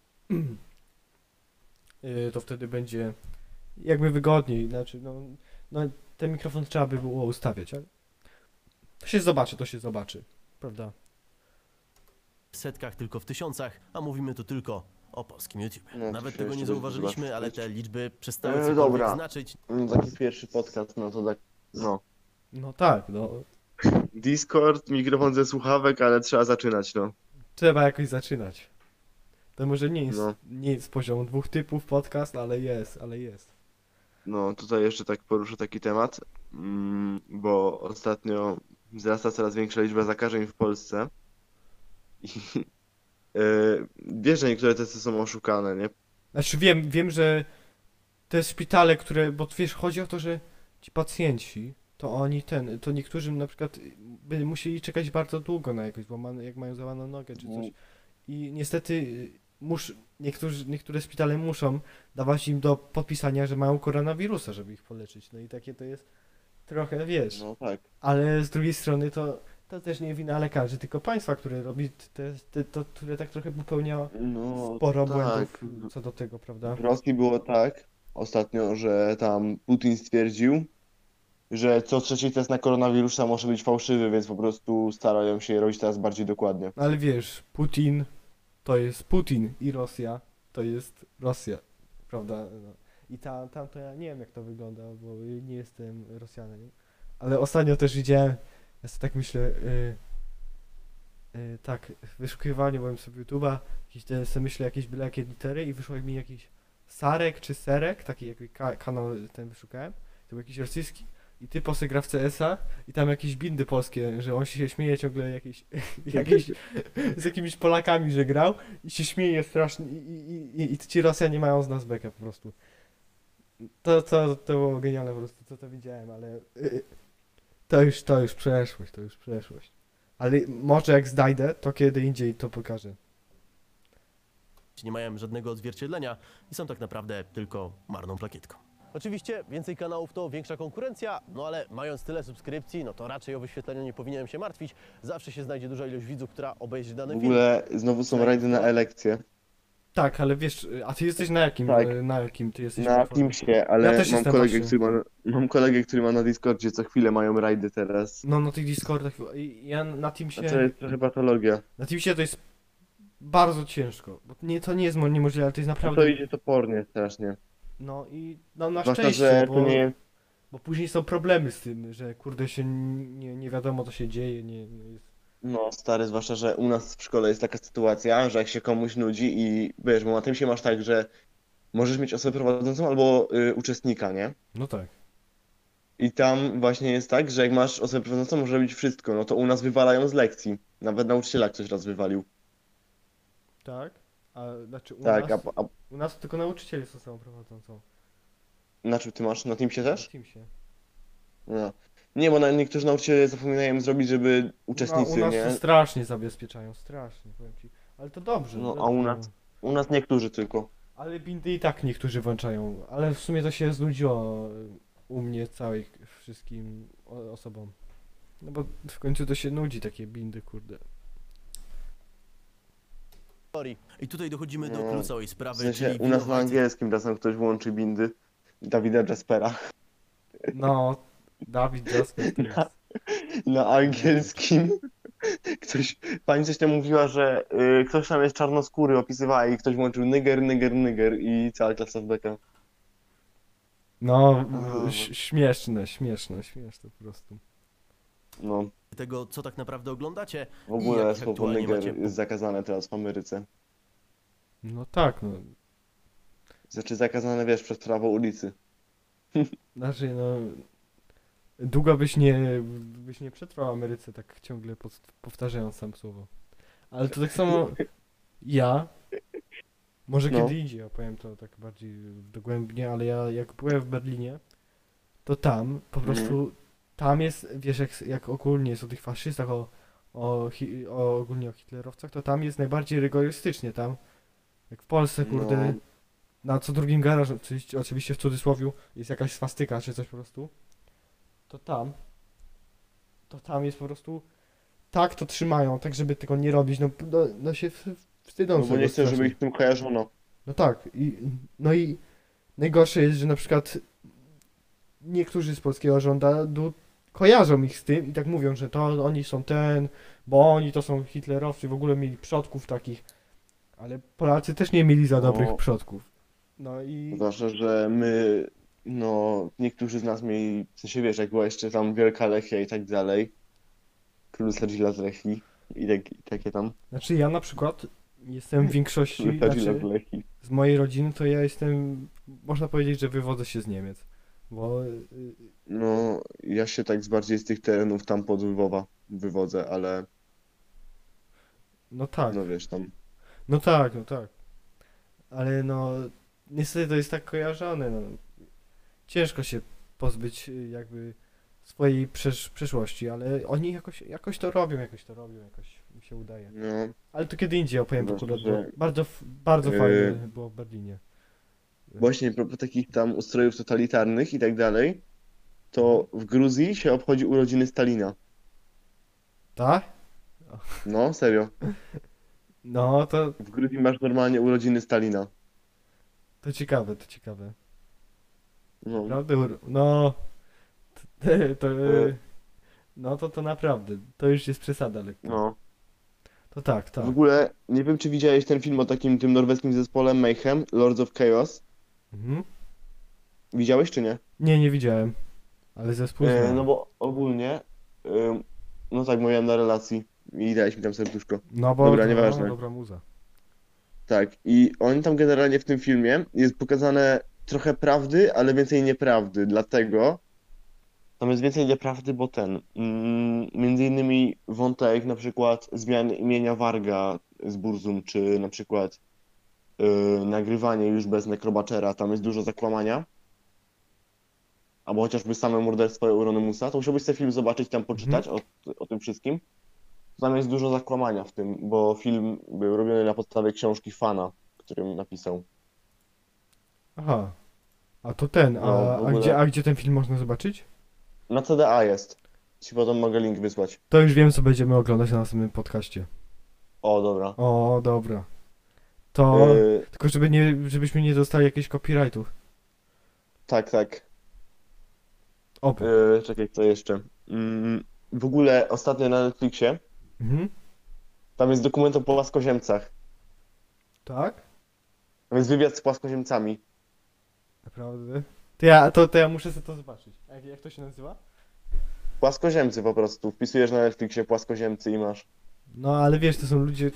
To wtedy będzie jakby wygodniej. Znaczy, no ten mikrofon trzeba by było ustawiać, ale to się zobaczy, prawda? w setkach, tylko w tysiącach, a mówimy tu tylko o polskim YouTube. No, to Nawet się tego nie jeszcze zauważyliśmy, zobaczy. ale te liczby przestały No, cokolwiek dobra. znaczyć. Taki pierwszy podcast, no to tak, no. No tak, no. Discord, mikrofon ze słuchawek, ale trzeba zaczynać, no. Trzeba jakoś zaczynać. To może nie jest, No. nie jest z poziomu 2 typów podcast, ale jest. No, tutaj jeszcze tak poruszę taki temat, bo ostatnio wzrasta coraz większa liczba zakażeń w Polsce. I wiesz, że niektóre testy są oszukane, nie? Znaczy wiem, że te szpitale, które, bo wiesz, chodzi o to, że ci pacjenci, to niektórym na przykład by musieli czekać bardzo długo na jakieś złamane, jak mają złamaną nogę czy coś. I niestety niektóre szpitale muszą dawać im do podpisania, że mają koronawirusa, żeby ich poleczyć. No i takie to jest trochę, wiesz. No tak. Ale z drugiej strony to też nie wina lekarzy, tylko państwa, które robi które tak trochę popełnia No sporo tak. błędów co do tego, prawda? W Rosji było tak ostatnio, że tam Putin stwierdził, że co trzeci test na koronawirusa może być fałszywy, więc po prostu starają się je robić teraz bardziej dokładnie. Ale wiesz, Putin to jest Putin i Rosja to jest Rosja, prawda? No. I tam to ja nie wiem jak to wygląda, bo nie jestem Rosjanem, ale ostatnio też widziałem, ja sobie tak myślę, tak, w wyszukiwaniu byłem sobie YouTube'a, sobie myślę jakieś byle jakie litery i wyszło mi jakiś Sarek czy Serek, taki jakiś kanał ten wyszukałem, to był jakiś rosyjski i typo se gra w CS-a i tam jakieś bindy polskie, że on się śmieje ciągle jakieś z jakimiś Polakami, że grał i się śmieje strasznie i ci Rosjanie mają z nas bekę po prostu. To było genialne po prostu, to widziałem, ale to już przeszłość. Ale może jak znajdę, to kiedy indziej to pokażę. Nie mają żadnego odzwierciedlenia i są tak naprawdę tylko marną plakietką. Oczywiście więcej kanałów to większa konkurencja, no ale mając tyle subskrypcji, no to raczej o wyświetlenie nie powinienem się martwić. Zawsze się znajdzie duża ilość widzów, która obejrzy dany W film. ogóle znowu są rajdy na elekcje. Tak, ale wiesz, a ty jesteś na jakim? Tak. Na jakim ty jesteś? Na platformie? Teamsie, ale Ja też mam jestem kolegę, właśnie. mam kolegę, który ma na Discordzie, co chwilę mają rajdy teraz. No na tych Discordach, ja na A to Teamsie, jest trochę patologia. na Teamsie to jest bardzo ciężko, bo to nie jest niemożliwe, ale to jest A naprawdę, to idzie topornie strasznie. no i no na Zwłaszcza, szczęście, że bo, to nie jest... bo później są problemy z tym, że kurde się nie wiadomo co się dzieje, jest... No stary, zwłaszcza, że u nas w szkole jest taka sytuacja, że jak się komuś nudzi i wiesz, bo na tym się masz tak, że możesz mieć osobę prowadzącą albo uczestnika, nie? No tak. I tam właśnie jest tak, że jak masz osobę prowadzącą, może robić wszystko. No to u nas wywalają z lekcji. Nawet nauczyciela ktoś raz wywalił. Tak? A znaczy Tak, u nas tylko nauczyciele są samą prowadzącą. na czym ty masz? Na Teamsie Na też? Teamsie. No. Nie, bo niektórzy nauczyciele zapominają zrobić, żeby No, uczestnicy, u nas nie? to strasznie zabezpieczają, strasznie, powiem ci. Ale to dobrze. No, a dobrze, u nas? U nas niektórzy tylko. Ale bindy i tak niektórzy włączają, ale w sumie to się znudziło u mnie całej wszystkim osobom. No bo w końcu to się nudzi takie bindy, kurde. I tutaj dochodzimy do No, klucza całej W sprawy, sensie czyli u nas na winowajcy. angielskim czasem ktoś włączy bindy Dawida Jaspera. No, Dawid Jasper to jest. Na angielskim pani coś tam mówiła, że ktoś tam jest czarnoskóry, opisywała i ktoś włączył nyger i cała klasa w bekę. No, No. śmieszne po prostu. No, Tego, co tak naprawdę oglądacie w i ogóle jakich słowo aktualnie nyger macie jest zakazane teraz w Ameryce. No tak, no. Znaczy zakazane, wiesz, przez prawo ulicy. Znaczy, no... Długo byś nie przetrwał w Ameryce tak ciągle powtarzając sam słowo. Ale to tak samo ja, może No. kiedy indziej opowiem to tak bardziej dogłębnie, ale ja jak byłem w Berlinie, to tam po prostu, tam jest, wiesz, jak ogólnie jest o tych faszystach, ogólnie o hitlerowcach, to tam jest najbardziej rygorystycznie, tam, jak w Polsce, kurde, No. na co drugim garażu, oczywiście w cudzysłowiu, jest jakaś swastyka czy coś po prostu, to tam to tam jest po prostu tak to trzymają, tak żeby tego nie robić, no się wstydzą No bo tego nie chcę, żeby strasznie. ich tym kojarzono. No tak, no i najgorsze jest, że na przykład niektórzy z polskiego rządu kojarzą ich z tym i tak mówią, że to oni są bo oni to są hitlerowcy, w ogóle mieli przodków takich, ale Polacy też nie mieli za dobrych No. przodków. No i Zwłaszcza, że my, no, niektórzy z nas mieli, w sensie wiesz, jak była jeszcze tam Wielka Lechia i tak dalej, Król Sadzila z Lechii i takie tam, znaczy ja na przykład jestem w większości, Król Sadzila z znaczy Lechii. z mojej rodziny to ja jestem, można powiedzieć, że wywodzę się z Niemiec, bo No, ja się tak bardziej z tych terenów tam pod Lwowa wywodzę, ale no tak. no wiesz, tam, No tak, ale no niestety to jest tak kojarzone, no. Ciężko się pozbyć jakby swojej przeszłości, ale oni jakoś to robią, jakoś mi się udaje. no, Ale to kiedy indziej opowiem Zwłaszcza, akurat, że- bo bardzo Yy, fajnie było w Berlinie. właśnie a propos takich tam ustrojów totalitarnych i tak dalej, to w Gruzji się obchodzi urodziny Stalina. Tak? No, serio. No W Gruzji masz normalnie urodziny Stalina. to ciekawe. No. Naprawdę? No to, no to naprawdę, to już jest przesada lekka. No. To tak. W ogóle nie wiem, czy widziałeś ten film o takim tym norweskim zespole Mayhem, Lords of Chaos. Mhm. Widziałeś czy nie? Nie widziałem, ale zespół znam. No bo ogólnie, no tak, mówiłem na relacji i dałeś mi tam serduszko. No bo Dobra, nieważne. dobra muza. Tak, i oni tam generalnie w tym filmie jest pokazane trochę prawdy, ale więcej nieprawdy, dlatego tam jest więcej nieprawdy, bo między innymi wątek na przykład zmiany imienia Varga z Burzum, czy na przykład nagrywanie już bez Necrobaczera, tam jest dużo zakłamania. Albo chociażby same morderstwo Euronymousa, to musiałbyś ten film zobaczyć, tam poczytać o tym wszystkim. Tam jest dużo zakłamania w tym, bo film był robiony na podstawie książki fana, którym napisał. Aha. A to ten, No, w ogóle- a gdzie ten film można zobaczyć? Na CDA jest. Ci potem mogę link wysłać. To już wiem, co będziemy oglądać na następnym podcaście. O, dobra. O, dobra. To, Yy, tylko żebyśmy nie dostali jakichś copyrightów. tak. Oby. Czekaj, co jeszcze? W ogóle ostatnio na Netflixie, Mhm. tam jest dokument o płaskoziemcach. Tak? Tam jest wywiad z płaskoziemcami. Naprawdę? To ja muszę sobie to zobaczyć. A jak to się nazywa? Płaskoziemcy po prostu. Wpisujesz na Netflixie płaskoziemcy i masz. No, ale wiesz, to są ludzie...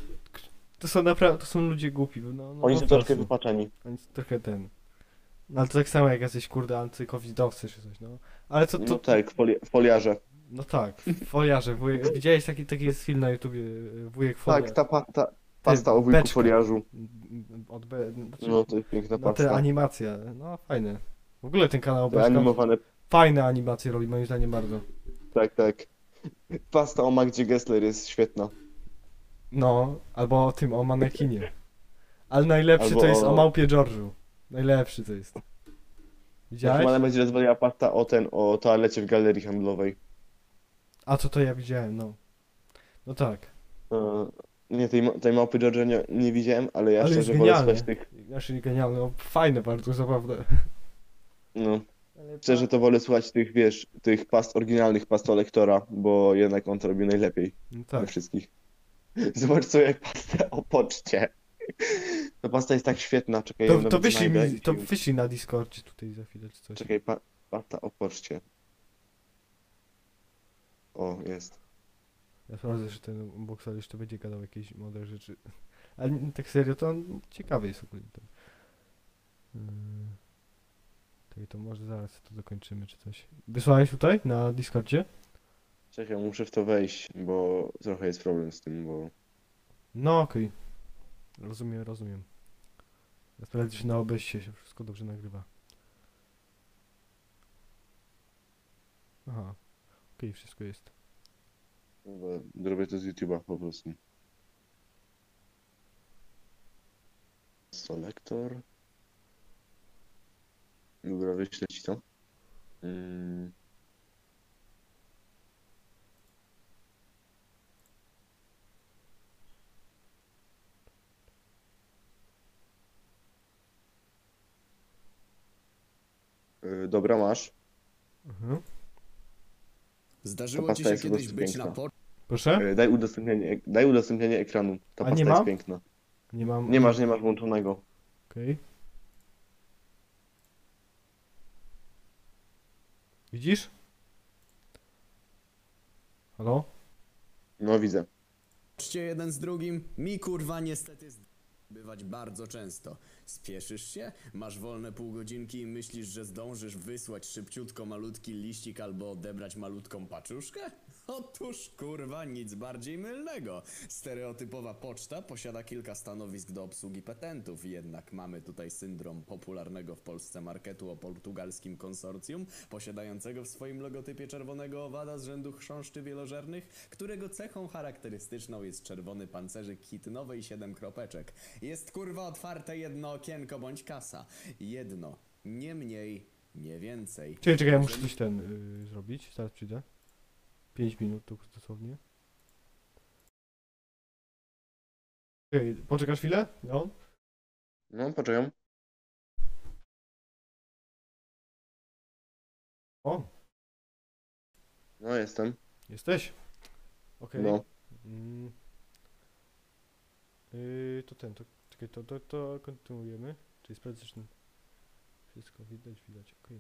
To są ludzie głupi. No, Oni po są troszkę prostu. wypaczeni. Oni są trochę No, ale to tak samo jak jacyś, kurde, antykowidowcy czy coś, no. Ale No tak, w foliarze. No tak, foliarze. Widziałeś taki jest film na YouTubie, wujek foliarz. Tak, ta pasta o wujku beczka. foliarzu. Znaczy, No to jest piękna no te pasta. animacje, no fajne. W ogóle ten kanał Te Beczka animowane, fajne animacje robi, moim zdaniem bardzo. tak. Pasta o Magdzie Gessler jest świetna. No, albo o tym, o manekinie. Ale najlepszy Albo to jest o- o małpie George'u. Najlepszy to jest. Widziałeś? Ale będzie rozwaliła pasta o toalecie w galerii handlowej. A to ja widziałem, no. No tak. Nie, tej małpy George'a nie widziałem, ale ja Ale jest szczerze wolę genialny. słuchać tych. Znaczy genialne, no, fajne bardzo, zabawne. No, szczerze to wolę słuchać tych, wiesz, tych oryginalnych past o lektora, bo jednak on to robi najlepiej No ze tak. wszystkich. Zobacz sobie jak pastę o poczcie. Ta pasta jest tak świetna, czekaj, ją To nawet wyślij znajdę mi, i to ci- wyślij na Discordzie tutaj za chwilę czy coś. Czekaj, pasta o poczcie. O, jest. Ja sprawdzę, że ten Boxer jeszcze będzie gadał jakieś mądre rzeczy. Ale tak serio, to on ciekawy jest ogólnie. Tak, to może zaraz to dokończymy czy coś. Wysłałeś tutaj na Discordzie? Czekaj, muszę w to wejść, bo trochę jest problem z tym, bo... No okej. Rozumiem. Ja sprawdzę, czy na OBS się wszystko dobrze nagrywa. Aha. Okej, wszystko jest. Dobra, zrobię to z YouTube'a po prostu. Selektor. Dobra, wyślę ci to. Dobra, masz. Mhm. Ta Zdarzyło pasta ci się jest po kiedyś prostu być piękna. na poczcie? Proszę? Daj udostępnienie ekranu. Ta A pasta nie jest mam? piękna. Nie mam. Nie masz włączonego. Okej. Widzisz? Halo? No widzę. Jeden z drugim? Mi kurwa niestety bywać bardzo często. Spieszysz się? Masz wolne pół godzinki i myślisz, że zdążysz wysłać szybciutko malutki liścik albo odebrać malutką paczuszkę? Otóż kurwa nic bardziej mylnego. Stereotypowa poczta posiada kilka stanowisk do obsługi petentów, jednak mamy tutaj syndrom popularnego w Polsce marketu o portugalskim konsorcjum, posiadającego w swoim logotypie czerwonego owada z rzędu chrząszczy wielożernych, którego cechą charakterystyczną jest czerwony pancerzyk hitynowy i 7 kropeczek. Jest kurwa otwarte jedno okienko bądź kasa. Jedno. Nie mniej, nie więcej. Czekaj, ja muszę coś zrobić. Zaraz przyjdę. 5 minut tu dosłownie. Czekaj, poczekasz chwilę? No. No, poczekam. O, No, jestem. jesteś? Okej. No. Mm. To czekaj, to kontynuujemy. Czyli sprawdzę, czy wszystko widać, okej.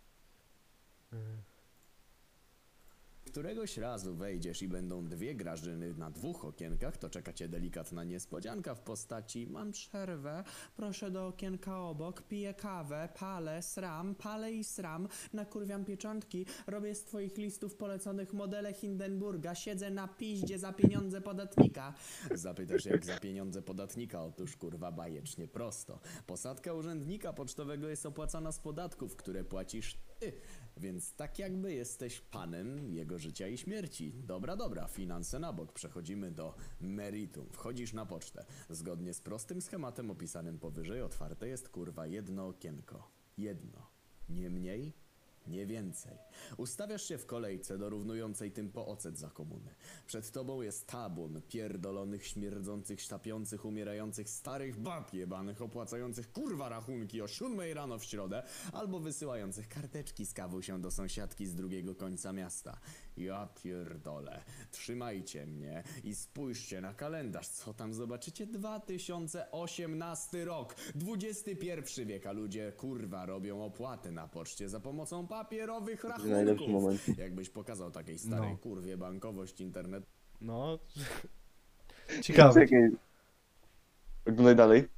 Któregoś razu wejdziesz i będą dwie Grażyny na dwóch okienkach, to czeka cię delikatna niespodzianka w postaci: mam przerwę, proszę do okienka obok, piję kawę, palę i sram, nakurwiam pieczątki, robię z twoich listów poleconych modele Hindenburga, siedzę na piździe za pieniądze podatnika. Zapytasz, jak za pieniądze podatnika? Otóż kurwa bajecznie prosto. Posadka urzędnika pocztowego jest opłacana z podatków, które płacisz ty. Więc tak jakby jesteś panem jego życia i śmierci. Dobra, finanse na bok. Przechodzimy do meritum. Wchodzisz na pocztę. Zgodnie z prostym schematem opisanym powyżej otwarte jest kurwa jedno okienko. Jedno. Nie mniej, nie więcej. Ustawiasz się w kolejce dorównującej tym po ocet za komuny. Przed tobą jest tabun pierdolonych, śmierdzących, sztapiących, umierających starych bab jebanych, opłacających kurwa rachunki o 7 rano w środę, albo wysyłających karteczki z kawusią do sąsiadki z drugiego końca miasta. Ja pierdolę. Trzymajcie mnie i spójrzcie na kalendarz. Co tam zobaczycie? 2018 rok. XXI wiek, a ludzie kurwa robią opłaty na poczcie za pomocą papierowych Najlepszy rachunków. moment. Jakbyś pokazał takiej starej No. kurwie bankowość internet. No. Ciekawe. Czekaj. Oglądaj dalej.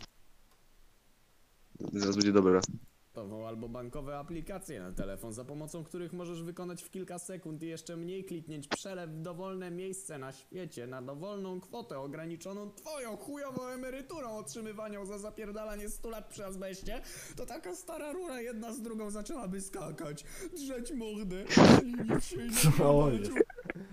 Zaraz będzie dobra. Albo bankowe aplikacje na telefon, za pomocą których możesz wykonać w kilka sekund i jeszcze mniej kliknięć przelew w dowolne miejsce na świecie na dowolną kwotę ograniczoną twoją chujową emeryturą otrzymywaną za zapierdalanie 100 lat przy azbeście, to taka stara rura jedna z drugą zaczęłaby skakać, drzeć mordę, ślinić się i Co napierdalać jest?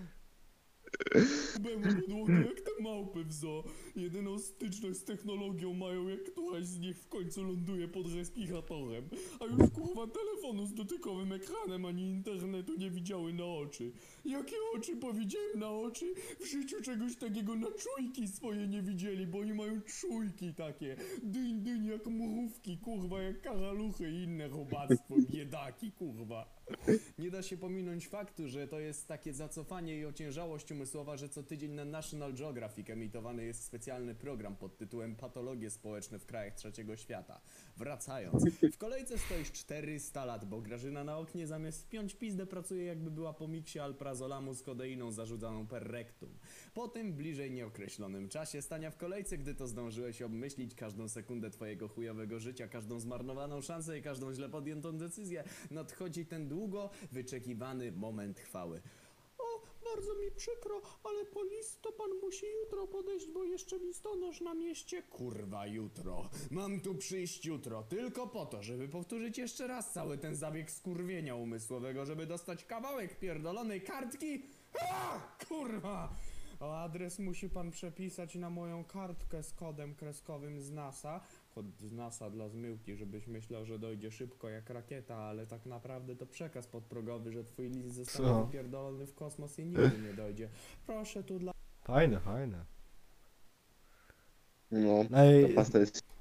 Będą podłogę jak te małpy w zoo. Jedyną styczność z technologią mają, jak któraś z nich w końcu ląduje pod respiratorem. A już kurwa telefonu z dotykowym ekranem ani internetu nie widziały na oczy. Jakie oczy powiedziałem na oczy? W życiu czegoś takiego na czujki swoje nie widzieli, bo oni mają czujki takie. Dyń jak mrówki, kurwa, jak karaluchy i inne robactwo, biedaki, kurwa. Nie da się pominąć faktu, że to jest takie zacofanie i ociężałość umysłowa, że co tydzień na National Geographic emitowany jest specjalny program pod tytułem Patologie społeczne w krajach trzeciego świata. Wracając, w kolejce stoisz 400 lat, bo Grażyna na oknie zamiast wpiąć pizdę pracuje, jakby była po miksie alprazolamu z kodeiną zarzucaną per rectum. Po tym bliżej nieokreślonym czasie stania w kolejce, gdy to zdążyłeś obmyślić każdą sekundę twojego chujowego życia, każdą zmarnowaną szansę i każdą źle podjętą decyzję, nadchodzi ten długo wyczekiwany moment chwały. O, bardzo mi przykro, ale po list to pan musi jutro podejść, bo jeszcze listonosz na mieście. Kurwa, jutro. Mam tu przyjść jutro, tylko po to, żeby powtórzyć jeszcze raz cały ten zabieg skurwienia umysłowego, żeby dostać kawałek pierdolonej kartki. A, kurwa! O adres musi pan przepisać na moją kartkę z kodem kreskowym z NASA. Kod z NASA dla zmyłki, żebyś myślał, że dojdzie szybko jak rakieta, ale tak naprawdę to przekaz podprogowy, że twój list zostanie Co? wypierdolony w kosmos i nigdy nie dojdzie. Proszę tu dla... Fajne. No, Ej, ta pasta jest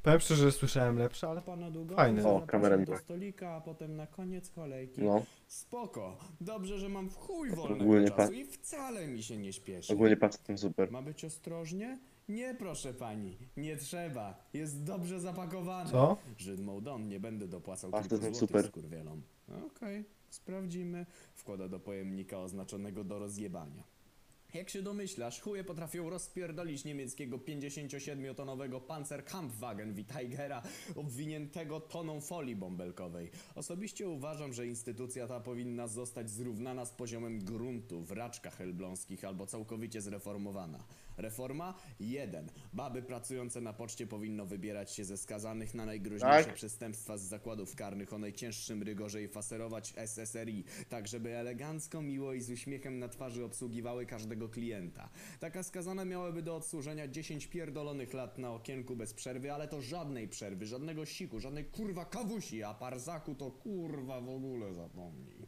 Powiem szczerze, że słyszałem lepsze, ale Pana długo? fajne. O, Zapraszam kamera mi do tak. stolika, a potem na koniec kolejki. No, Spoko. Dobrze, że mam w chuj wolnego Ogólnie czasu i wcale mi się nie śpieszy. ogólnie pasem super. Ma być ostrożnie? Nie, proszę pani, nie trzeba. Jest dobrze zapakowane. Co? Żyd Mołdon, nie będę dopłacał A, to kilku jest złotych super. skurwielom. Okej, sprawdzimy. Wkłada do pojemnika oznaczonego do rozjebania. Jak się domyślasz, chuje potrafią rozpierdolić niemieckiego 57-tonowego Panzerkampfwagen wie Tigera obwiniętego toną folii bąbelkowej. Osobiście uważam, że instytucja ta powinna zostać zrównana z poziomem gruntu w raczkach elbląskich albo całkowicie zreformowana. Reforma 1. Baby pracujące na poczcie powinno wybierać się ze skazanych na najgroźniejsze Tak. przestępstwa z zakładów karnych o najcięższym rygorze i faserować SSRI, tak żeby elegancko, miło i z uśmiechem na twarzy obsługiwały każdego klienta. Taka skazana miałaby do odsłużenia 10 pierdolonych lat na okienku bez przerwy, ale to żadnej przerwy, żadnego siku, żadnej kurwa kawusi, a parzaku to kurwa w ogóle zapomnij.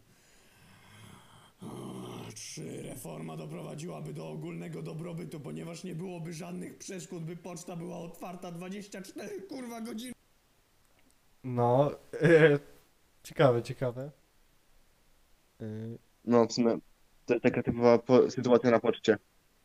3. Reforma doprowadziłaby do ogólnego dobrobytu, ponieważ nie byłoby żadnych przeszkód, by poczta była otwarta 24 kurwa godziny. No, ciekawe, ciekawe. No, w sumie to jest taka typowa sytuacja na poczcie.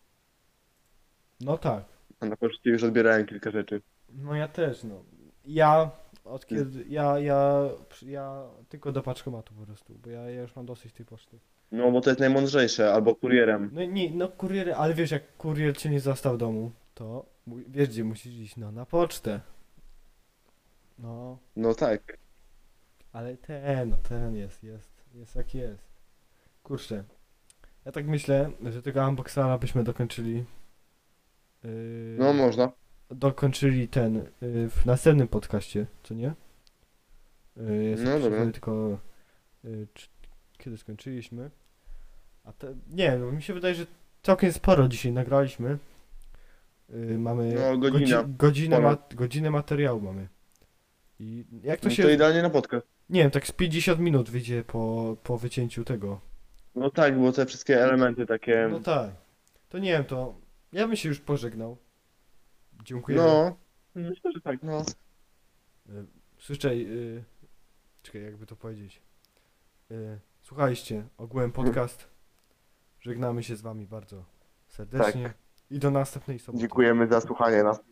No tak. A na poczcie już odbierałem kilka rzeczy. No ja też, no. Ja od kiedy. Ja tylko do paczkomatu po prostu, bo ja już mam dosyć tej poczty. No, bo to jest najmądrzejsze, albo kurierem. No nie, no kurier, ale wiesz, jak kurier cię nie zastał w domu, to wiesz gdzie musisz iść, no na pocztę. No, No tak. ale ten jest jak jest. Kurczę. Ja tak myślę, że tego unboxera byśmy dokończyli. No, można. Dokończyli ten w następnym podcaście, co nie? Ja sobie No, dobra. przypomnę tylko kiedy skończyliśmy. A te, nie, no, mi się wydaje, że całkiem sporo dzisiaj nagraliśmy. Mamy No, godzina. godzinę materiału mamy. I jak to No się... to idealnie na podcast. Nie wiem, tak z 50 minut wyjdzie po wycięciu tego. No tak, bo te wszystkie elementy takie. No tak. To nie wiem, to ja bym się już pożegnał. Dziękuję. No, myślę, że tak, no. Słyszaj, czekaj, jakby to powiedzieć. Słuchaliście ogółem podcast. Żegnamy się z wami bardzo serdecznie. I do następnej soboty. Dziękujemy za słuchanie nas.